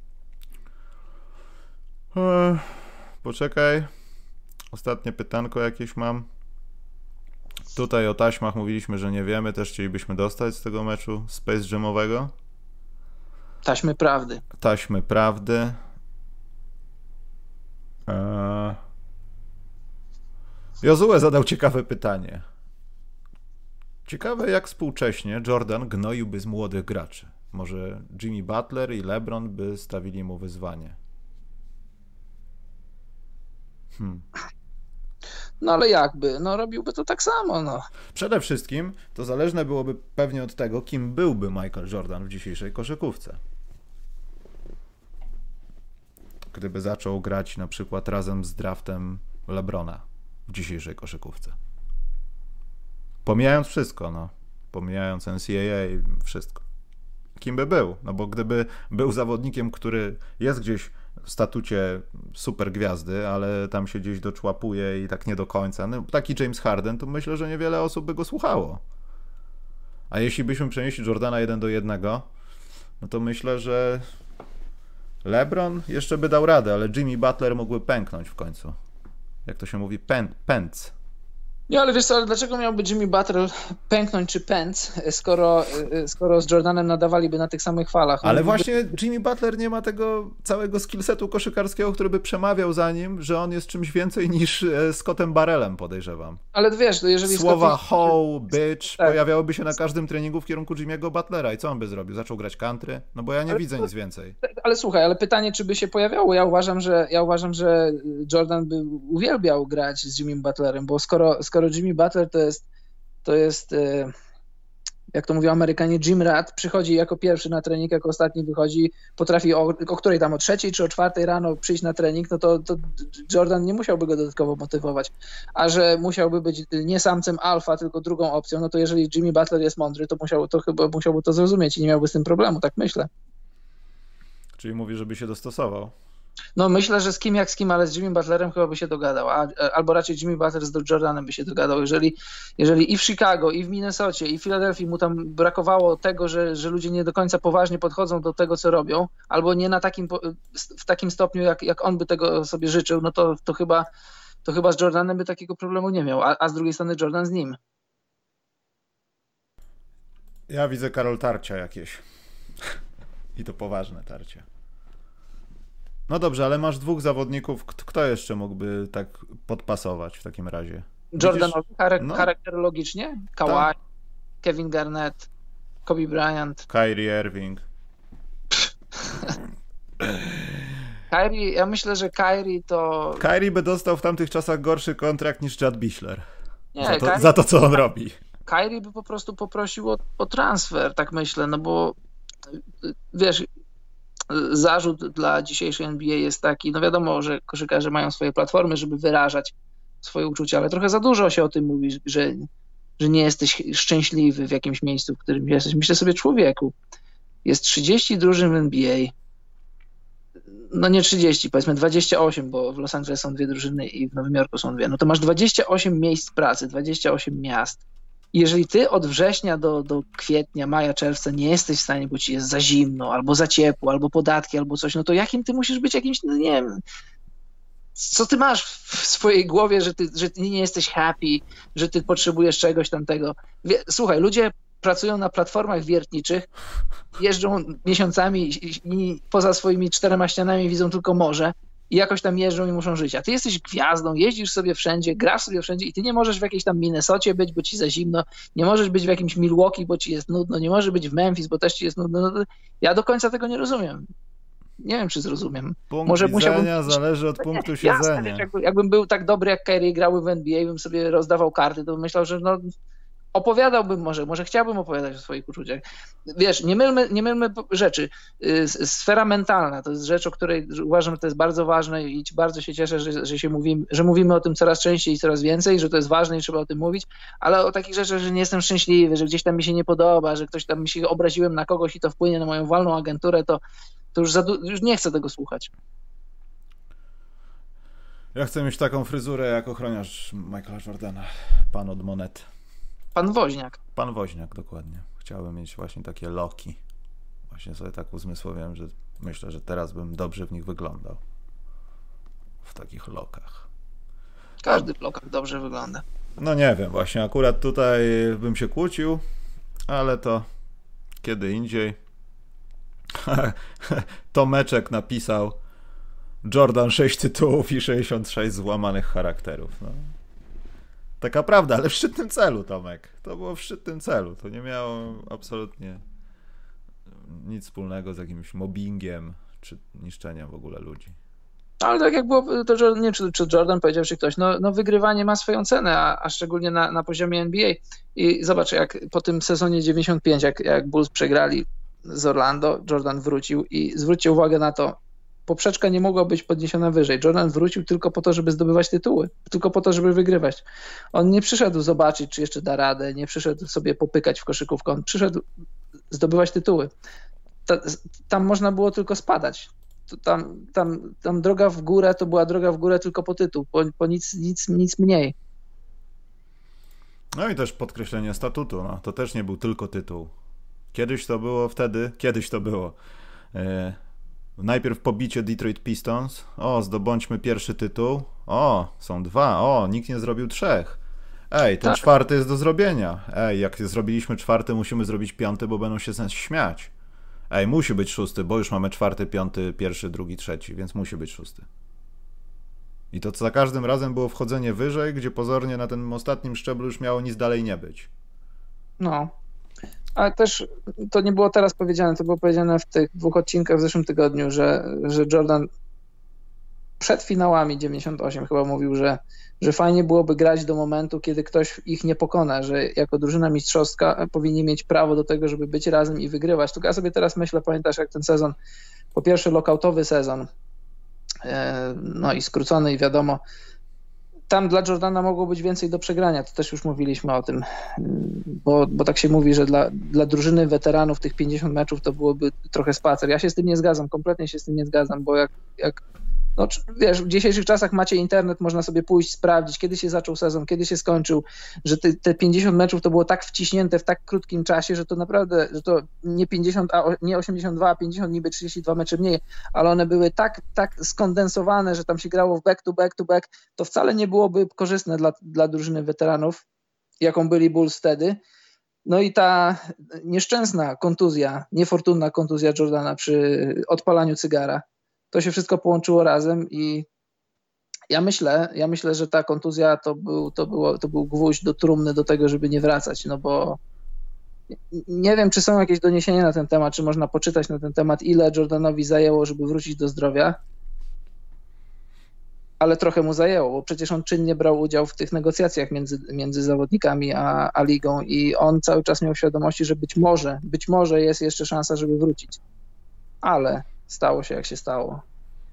Poczekaj. Ostatnie pytanko jakieś mam. Tutaj o taśmach mówiliśmy, że nie wiemy. Też chcielibyśmy dostać z tego meczu Space Jamowego. Taśmy prawdy. Taśmy prawdy. Jozue zadał ciekawe pytanie. Ciekawe, jak współcześnie Jordan gnoiłby z młodych graczy. Może Jimmy Butler i LeBron by stawili mu wyzwanie. No ale jakby? No robiłby to tak samo, no. Przede wszystkim to zależne byłoby pewnie od tego, kim byłby Michael Jordan w dzisiejszej koszykówce. Gdyby zaczął grać na przykład razem z draftem LeBrona w dzisiejszej koszykówce. Pomijając wszystko, no. Pomijając NCAA i wszystko. Kim by był? No bo gdyby był zawodnikiem, który jest gdzieś w statucie super gwiazdy, ale tam się gdzieś doczłapuje i tak nie do końca, no taki James Harden, to myślę, że niewiele osób by go słuchało. A jeśli byśmy przenieśli Jordana 1-1, no to myślę, że LeBron jeszcze by dał radę, ale Jimmy Butler mógłby pęknąć w końcu. Jak to się mówi? Pęc. Nie, ale wiesz co, ale dlaczego miałby Jimmy Butler pęknąć czy pęc, skoro z Jordanem nadawaliby na tych samych falach? Ale właśnie Jimmy Butler nie ma tego całego skillsetu koszykarskiego, który by przemawiał za nim, że on jest czymś więcej niż Scottem Barrelem, podejrzewam. Ale wiesz, jeżeli słowa hoe, bitch pojawiałyby się na każdym treningu w kierunku Jimmy'ego Butlera i co on by zrobił? Zaczął grać country? No bo ja nie widzę nic więcej. Ale słuchaj, ale pytanie, czy by się pojawiało? Ja uważam, że Jordan by uwielbiał grać z Jimmym Butlerem, bo skoro Jimmy Butler to jest jak to mówią Amerykanie, gym rat, przychodzi jako pierwszy na trening, jako ostatni wychodzi, potrafi o której tam, o 3 czy o 4 rano przyjść na trening, no to Jordan nie musiałby go dodatkowo motywować. A że musiałby być nie samcem alfa, tylko drugą opcją, no to jeżeli Jimmy Butler jest mądry, to chyba musiałby to zrozumieć i nie miałby z tym problemu, tak myślę. Czyli mówi, żeby się dostosował. No myślę, że z kim jak z kim, ale z Jimmy Butlerem chyba by się dogadał, albo raczej Jimmy Butler z Jordanem by się dogadał. Jeżeli i w Chicago, i w Minnesocie, i w Filadelfii mu tam brakowało tego, że ludzie nie do końca poważnie podchodzą do tego, co robią, albo nie w takim stopniu, jak on by tego sobie życzył, no to chyba z Jordanem by takiego problemu nie miał, a z drugiej strony Jordan z nim. Ja widzę, Karol, tarcia jakieś. I to poważne tarcie. No dobrze, ale masz 2 zawodników. Kto jeszcze mógłby tak podpasować w takim razie? Jordanowi charakterologicznie? Kawhi, tak. Kevin Garnett, Kobe Bryant. Kyrie Irving. Kyrie, ja myślę, że Kyrie to... Kyrie by dostał w tamtych czasach gorszy kontrakt niż Chad Bichler. Nie, za to, co on robi. Kyrie by po prostu poprosił o transfer, tak myślę, no bo wiesz... zarzut dla dzisiejszej NBA jest taki, no wiadomo, że koszykarze mają swoje platformy, żeby wyrażać swoje uczucia, ale trochę za dużo się o tym mówi, że nie jesteś szczęśliwy w jakimś miejscu, w którym jesteś. Myślę sobie, człowieku, jest 30 drużyn w NBA, no nie 30, powiedzmy 28, bo w Los Angeles są 2 drużyny i w Nowym Jorku są 2, no to masz 28 miejsc pracy, 28 miast. I jeżeli ty od września do kwietnia, maja, czerwca nie jesteś w stanie, bo ci jest za zimno, albo za ciepło, albo podatki, albo coś, no to jakim ty musisz być jakimś, no nie wiem, co ty masz w swojej głowie, że ty nie jesteś happy, że ty potrzebujesz czegoś tamtego. Słuchaj, ludzie pracują na platformach wiertniczych, jeżdżą miesiącami i poza swoimi 4 ścianami widzą tylko morze i jakoś tam jeżdżą i muszą żyć. A ty jesteś gwiazdą, jeździsz sobie wszędzie, grasz sobie wszędzie i ty nie możesz w jakiejś tam Minnesocie być, bo ci za zimno, nie możesz być w jakimś Milwaukee, bo ci jest nudno, nie możesz być w Memphis, bo też ci jest nudno. Ja do końca tego nie rozumiem. Nie wiem, czy zrozumiem. Punkt Może widzenia zależy od punktu siedzenia. Jasne, jakbym był tak dobry jak Kyrie, grały w NBA, bym sobie rozdawał karty, to bym myślał, że no, opowiadałbym może chciałbym opowiadać o swoich uczuciach. Wiesz, nie mylmy rzeczy. Sfera mentalna to jest rzecz, o której uważam, że to jest bardzo ważne i bardzo się cieszę, że mówimy o tym coraz częściej i coraz więcej, że to jest ważne i trzeba o tym mówić, ale o takich rzeczach, że nie jestem szczęśliwy, że gdzieś tam mi się nie podoba, że ktoś tam mi się obraziłem na kogoś i to wpłynie na moją walną agenturę, to już nie chcę tego słuchać. Ja chcę mieć taką fryzurę jak ochroniarz Michaela Jordana, pan od monet. Pan Woźniak. Pan Woźniak, dokładnie. Chciałbym mieć właśnie takie loki. Właśnie sobie tak uzmysłowiłem, że myślę, że teraz bym dobrze w nich wyglądał. W takich lokach. Każdy w lokach dobrze wygląda. No nie wiem, właśnie akurat tutaj bym się kłócił, ale to kiedy indziej. Tomeczek napisał Jordan 6 tytułów i 66 złamanych charakterów. No. Taka prawda, ale w szczytnym celu, Tomek. To było w szczytnym celu. To nie miało absolutnie nic wspólnego z jakimś mobbingiem czy niszczeniem w ogóle ludzi. Ale tak jak było, to że nie wiem, czy Jordan powiedział, czy ktoś, no wygrywanie ma swoją cenę, a szczególnie na poziomie NBA. I zobacz, jak po tym sezonie 95, jak Bulls przegrali z Orlando, Jordan wrócił i zwróćcie uwagę na to, poprzeczka nie mogła być podniesiona wyżej. Jordan wrócił tylko po to, żeby zdobywać tytuły, tylko po to, żeby wygrywać. On nie przyszedł zobaczyć, czy jeszcze da radę, nie przyszedł sobie popykać w koszykówkę, on przyszedł zdobywać tytuły. Tam można było tylko spadać. Tam droga w górę to była droga w górę tylko po tytuł, po nic mniej. No i też podkreślenie statutu, no. To też nie był tylko tytuł. Kiedyś to było. Najpierw pobicie Detroit Pistons, zdobądźmy pierwszy tytuł, są 2, nikt nie zrobił 3. Ten tak. 4 jest do zrobienia. Jak zrobiliśmy 4, musimy zrobić 5, bo będą się z nas śmiać. Musi być 6, bo już mamy 4, 5, 1, 2, 3, więc musi być 6. I to za każdym razem było wchodzenie wyżej, gdzie pozornie na tym ostatnim szczeblu już miało nic dalej nie być. No, ale też to nie było teraz powiedziane, to było powiedziane w tych 2 odcinkach w zeszłym tygodniu, że Jordan przed finałami 98 chyba mówił, że fajnie byłoby grać do momentu, kiedy ktoś ich nie pokona, że jako drużyna mistrzowska powinni mieć prawo do tego, żeby być razem i wygrywać. Tylko ja sobie teraz myślę, pamiętasz jak ten sezon, po pierwsze lockoutowy sezon, no i skrócony i wiadomo, tam dla Jordana mogło być więcej do przegrania, to też już mówiliśmy o tym, bo tak się mówi, że dla drużyny weteranów tych 50 meczów to byłoby trochę spacer. Ja się z tym nie zgadzam, kompletnie się z tym nie zgadzam, bo jak no wiesz, w dzisiejszych czasach macie internet, można sobie pójść, sprawdzić, kiedy się zaczął sezon, kiedy się skończył, że te 50 meczów to było tak wciśnięte w tak krótkim czasie, że to naprawdę, że to nie 50, nie 82, a 50 niby 32 mecze mniej, ale one były tak skondensowane, że tam się grało w back to back, to wcale nie byłoby korzystne dla drużyny weteranów, jaką byli Bulls wtedy. No i ta nieszczęsna kontuzja, niefortunna kontuzja Jordana przy odpalaniu cygara, to się wszystko połączyło razem i ja myślę, że ta kontuzja to był gwóźdź do trumny do tego, żeby nie wracać, no bo nie wiem, czy są jakieś doniesienia na ten temat, czy można poczytać na ten temat, ile Jordanowi zajęło, żeby wrócić do zdrowia, ale trochę mu zajęło, bo przecież on czynnie brał udział w tych negocjacjach między zawodnikami a ligą i on cały czas miał świadomości, że być może jest jeszcze szansa, żeby wrócić, ale stało się jak się stało.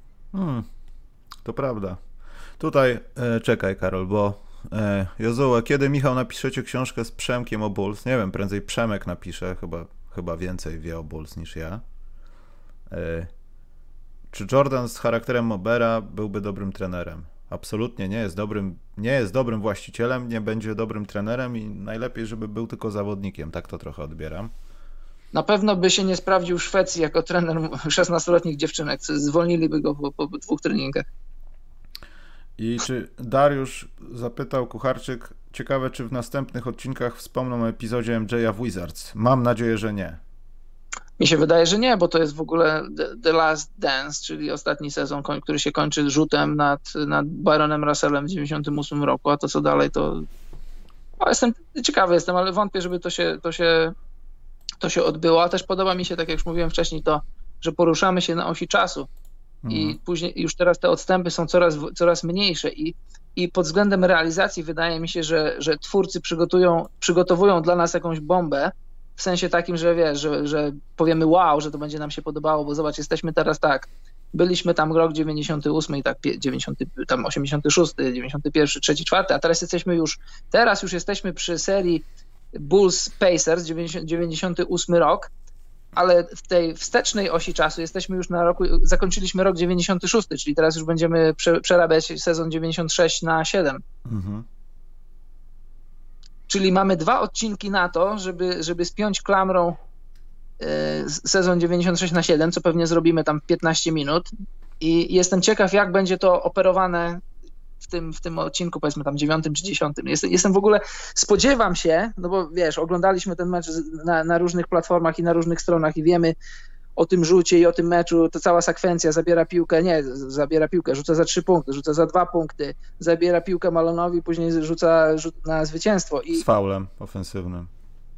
To prawda. Tutaj czekaj, Karol, bo Jozue, kiedy Michał napiszecie książkę z Przemkiem o Bulls? Nie wiem, prędzej Przemek napisze, chyba więcej wie o Bulls niż ja. Czy Jordan z charakterem Mobera byłby dobrym trenerem? Absolutnie nie jest dobrym właścicielem, nie będzie dobrym trenerem i najlepiej, żeby był tylko zawodnikiem. Tak to trochę odbieram. Na pewno by się nie sprawdził w Szwecji jako trener 16-letnich dziewczynek. Zwolniliby go po 2 treningach. I czy Dariusz zapytał Kucharczyk, ciekawe, czy w następnych odcinkach wspomną o epizodzie MJ'a w Wizards? Mam nadzieję, że nie. Mi się wydaje, że nie, bo to jest w ogóle The Last Dance, czyli ostatni sezon, który się kończy rzutem nad Byronem Russellem w 98 roku, a to co dalej to... Ciekawy jestem, ale wątpię, żeby to się odbyło, a też podoba mi się, tak jak już mówiłem wcześniej, to, że poruszamy się na osi czasu i później już teraz te odstępy są coraz mniejsze i pod względem realizacji wydaje mi się, że twórcy przygotowują dla nas jakąś bombę, w sensie takim, że wiesz, że powiemy wow, że to będzie nam się podobało, bo zobacz, jesteśmy teraz tak, byliśmy tam rok 98 i tak 86, 91, 3, 4, a teraz już jesteśmy przy serii Bulls Pacers 98 rok, ale w tej wstecznej osi czasu jesteśmy już zakończyliśmy rok 96, czyli teraz już będziemy przerabiać sezon 96 na 7. Czyli mamy 2 odcinki na to, żeby spiąć klamrą sezon 96 na 7, co pewnie zrobimy tam 15 minut i jestem ciekaw, jak będzie to operowane w tym odcinku, powiedzmy tam 9 czy 10. Jestem w ogóle, spodziewam się, no bo wiesz, oglądaliśmy ten mecz na różnych platformach i na różnych stronach i wiemy o tym rzucie i o tym meczu, to cała sekwencja, zabiera piłkę, rzuca za 3 punkty, rzuca za 2 punkty, zabiera piłkę Malonowi, później rzuca rzut na zwycięstwo. Z faulem ofensywnym.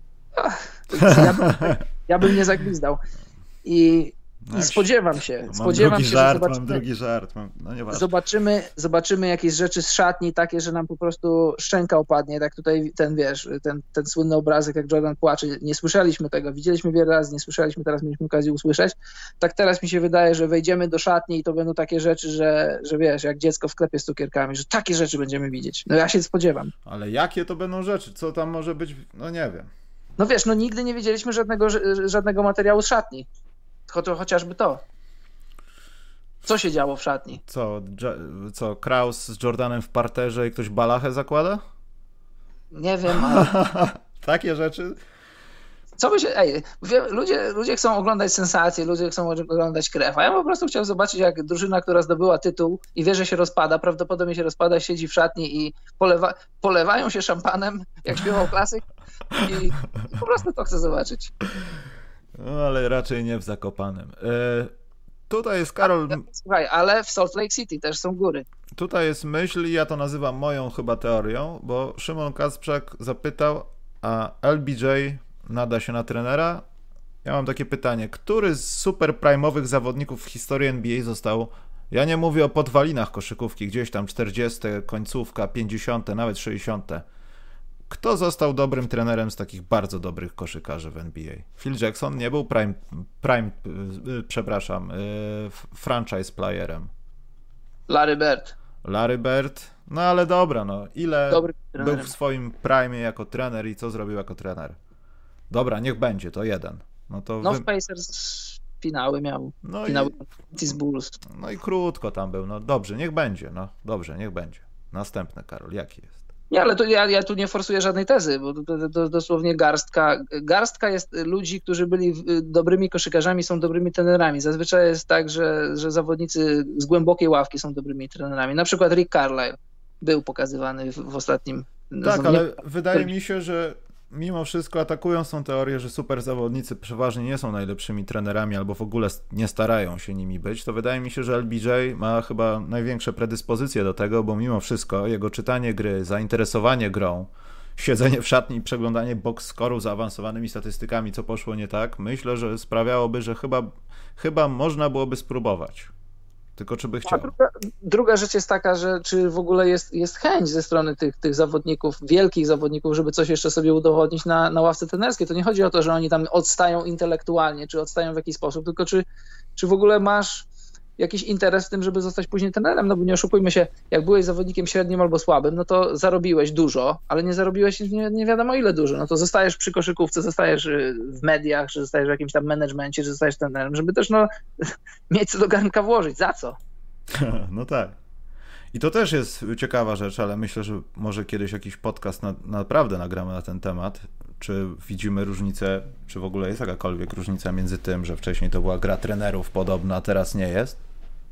Ja bym nie zagwizdał. I spodziewam się, mam drugi żart. No nieważne. Zobaczymy jakieś rzeczy z szatni takie, że nam po prostu szczęka opadnie. Tak tutaj ten słynny obrazek, jak Jordan płacze. Nie słyszeliśmy tego, widzieliśmy wiele razy, nie słyszeliśmy, teraz mieliśmy okazję usłyszeć. Tak teraz mi się wydaje, że wejdziemy do szatni i to będą takie rzeczy, że wiesz, jak dziecko w sklepie z cukierkami, że takie rzeczy będziemy widzieć. No ja się spodziewam. Ale jakie to będą rzeczy? Co tam może być? No nie wiem. No wiesz, no nigdy nie wiedzieliśmy żadnego materiału z szatni. Chociażby to. Co się działo w szatni? Co, Kraus z Jordanem w parterze i ktoś balachę zakłada? Nie wiem, ale... Takie rzeczy? Co by się... ludzie chcą oglądać sensacje, ludzie chcą oglądać krew, a ja po prostu chciałem zobaczyć, jak drużyna, która zdobyła tytuł i wie, że się rozpada, prawdopodobnie się rozpada, siedzi w szatni i polewają się szampanem, jak śpiewał klasyk i po prostu to chcę zobaczyć. No, ale raczej nie w Zakopanem. Tutaj jest Karol... Słuchaj, ale w Salt Lake City też są góry. Tutaj jest myśl i ja to nazywam moją chyba teorią, bo Szymon Kacprzak zapytał, a LBJ nada się na trenera? Ja mam takie pytanie, który z super prime'owych zawodników w historii NBA został, ja nie mówię o podwalinach koszykówki, gdzieś tam 40, końcówka, 50, nawet 60. Kto został dobrym trenerem z takich bardzo dobrych koszykarzy w NBA? Phil Jackson nie był franchise playerem. Larry Bird, no ale dobra, no ile był w swoim prime jako trener i co zrobił jako trener? Dobra, niech będzie, to jeden. W Pacers finały miał, finały z Bulls. No i krótko tam był, no dobrze, niech będzie, niech będzie. Następny, Karol, jaki jest? Nie, ale to ja tu nie forsuję żadnej tezy, bo to dosłownie garstka jest ludzi, którzy byli dobrymi koszykarzami, są dobrymi trenerami. Zazwyczaj jest tak, że zawodnicy z głębokiej ławki są dobrymi trenerami. Na przykład Rick Carlisle był pokazywany w ostatnim... Tak, ale wydaje mi się, że mimo wszystko atakują tą teorię, że super zawodnicy przeważnie nie są najlepszymi trenerami albo w ogóle nie starają się nimi być, to wydaje mi się, że LBJ ma chyba największe predyspozycje do tego, bo mimo wszystko jego czytanie gry, zainteresowanie grą, siedzenie w szatni i przeglądanie box score'u z zaawansowanymi statystykami, co poszło nie tak, myślę, że sprawiałoby, że chyba można byłoby spróbować. Tylko czy by chciał. Druga rzecz jest taka, że czy w ogóle jest chęć ze strony tych zawodników, wielkich zawodników, żeby coś jeszcze sobie udowodnić na ławce trenerskiej. To nie chodzi o to, że oni tam odstają intelektualnie, czy odstają w jakiś sposób, tylko czy czy w ogóle masz jakiś interes w tym, żeby zostać później trenerem, no bo nie oszukujmy się, jak byłeś zawodnikiem średnim albo słabym, no to zarobiłeś dużo, ale nie zarobiłeś nie wiadomo ile dużo, no to zostajesz przy koszykówce, zostajesz w mediach, czy zostajesz w jakimś tam managemencie, czy zostajesz trenerem, żeby też no mieć co do garnka włożyć, za co? No tak. I to też jest ciekawa rzecz, ale myślę, że może kiedyś jakiś podcast naprawdę nagramy na ten temat. Czy widzimy różnicę, czy w ogóle jest jakakolwiek różnica między tym, że wcześniej to była gra trenerów podobna, a teraz nie jest?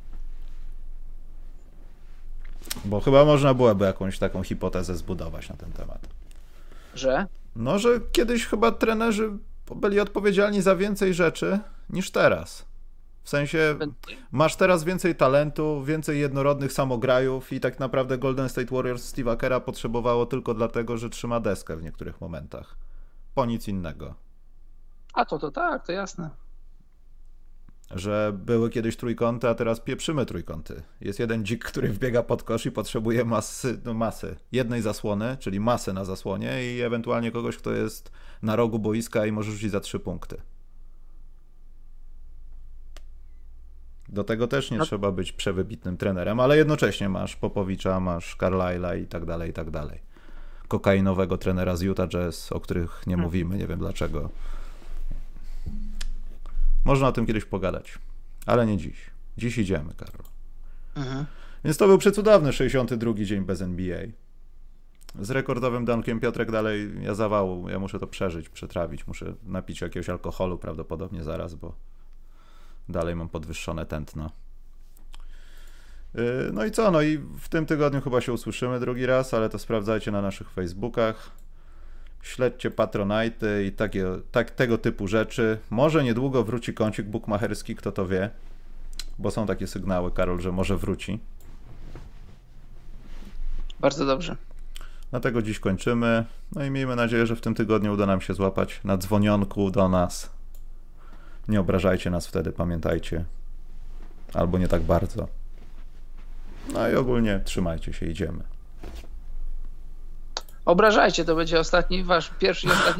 Bo chyba można byłoby jakąś taką hipotezę zbudować na ten temat. Że? No, że kiedyś chyba trenerzy byli odpowiedzialni za więcej rzeczy niż teraz. W sensie masz teraz więcej talentu, więcej jednorodnych samograjów i tak naprawdę Golden State Warriors Steve'a Kerra potrzebowało tylko dlatego, że trzyma deskę w niektórych momentach. Po nic innego. A to tak, to jasne. Że były kiedyś trójkąty, a teraz pieprzymy trójkąty. Jest jeden dzik, który wbiega pod kosz i potrzebuje masy. Jednej zasłony, czyli masy na zasłonie i ewentualnie kogoś, kto jest na rogu boiska i może rzucić za 3 punkty. Do tego też nie trzeba być przewybitnym trenerem, ale jednocześnie masz Popowicza, masz Carlisle'a i tak dalej, i tak dalej. Kokainowego trenera z Utah Jazz, o których nie mówimy, nie wiem dlaczego. Można o tym kiedyś pogadać, ale nie dziś. Dziś idziemy, Karol. Więc to był przecudowny 62 dzień bez NBA. Z rekordowym dankiem Piotrek dalej, ja muszę to przeżyć, przetrawić, muszę napić jakiegoś alkoholu prawdopodobnie zaraz, bo dalej mam podwyższone tętno. No i co? No i w tym tygodniu chyba się usłyszymy drugi raz, ale to sprawdzajcie na naszych Facebookach. Śledźcie Patronite i tego typu rzeczy. Może niedługo wróci kącik bukmacherski, kto to wie. Bo są takie sygnały, Karol, że może wróci. Bardzo dobrze. Dlatego dziś kończymy. No i miejmy nadzieję, że w tym tygodniu uda nam się złapać na dzwonionku do nas. Nie obrażajcie nas wtedy, pamiętajcie. Albo nie tak bardzo. No i ogólnie trzymajcie się, idziemy. Obrażajcie, to będzie wasz pierwszy i ostatni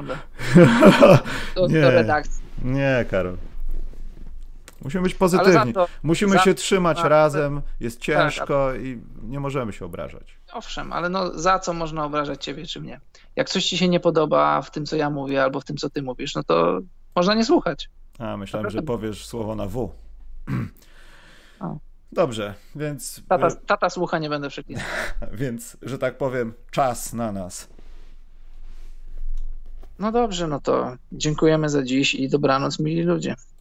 do redakcji. Nie, Karol. Musimy być pozytywni. Musimy się trzymać razem, jest ciężko i nie możemy się obrażać. Owszem, ale no za co można obrażać ciebie czy mnie? Jak coś ci się nie podoba w tym, co ja mówię, albo w tym, co ty mówisz, no to można nie słuchać. A, myślałem, że powiesz słowo na W. Dobrze, więc... Tata słucha, nie będę przeklinał. Więc, że tak powiem, czas na nas. No dobrze, no to dziękujemy za dziś i dobranoc, mili ludzie.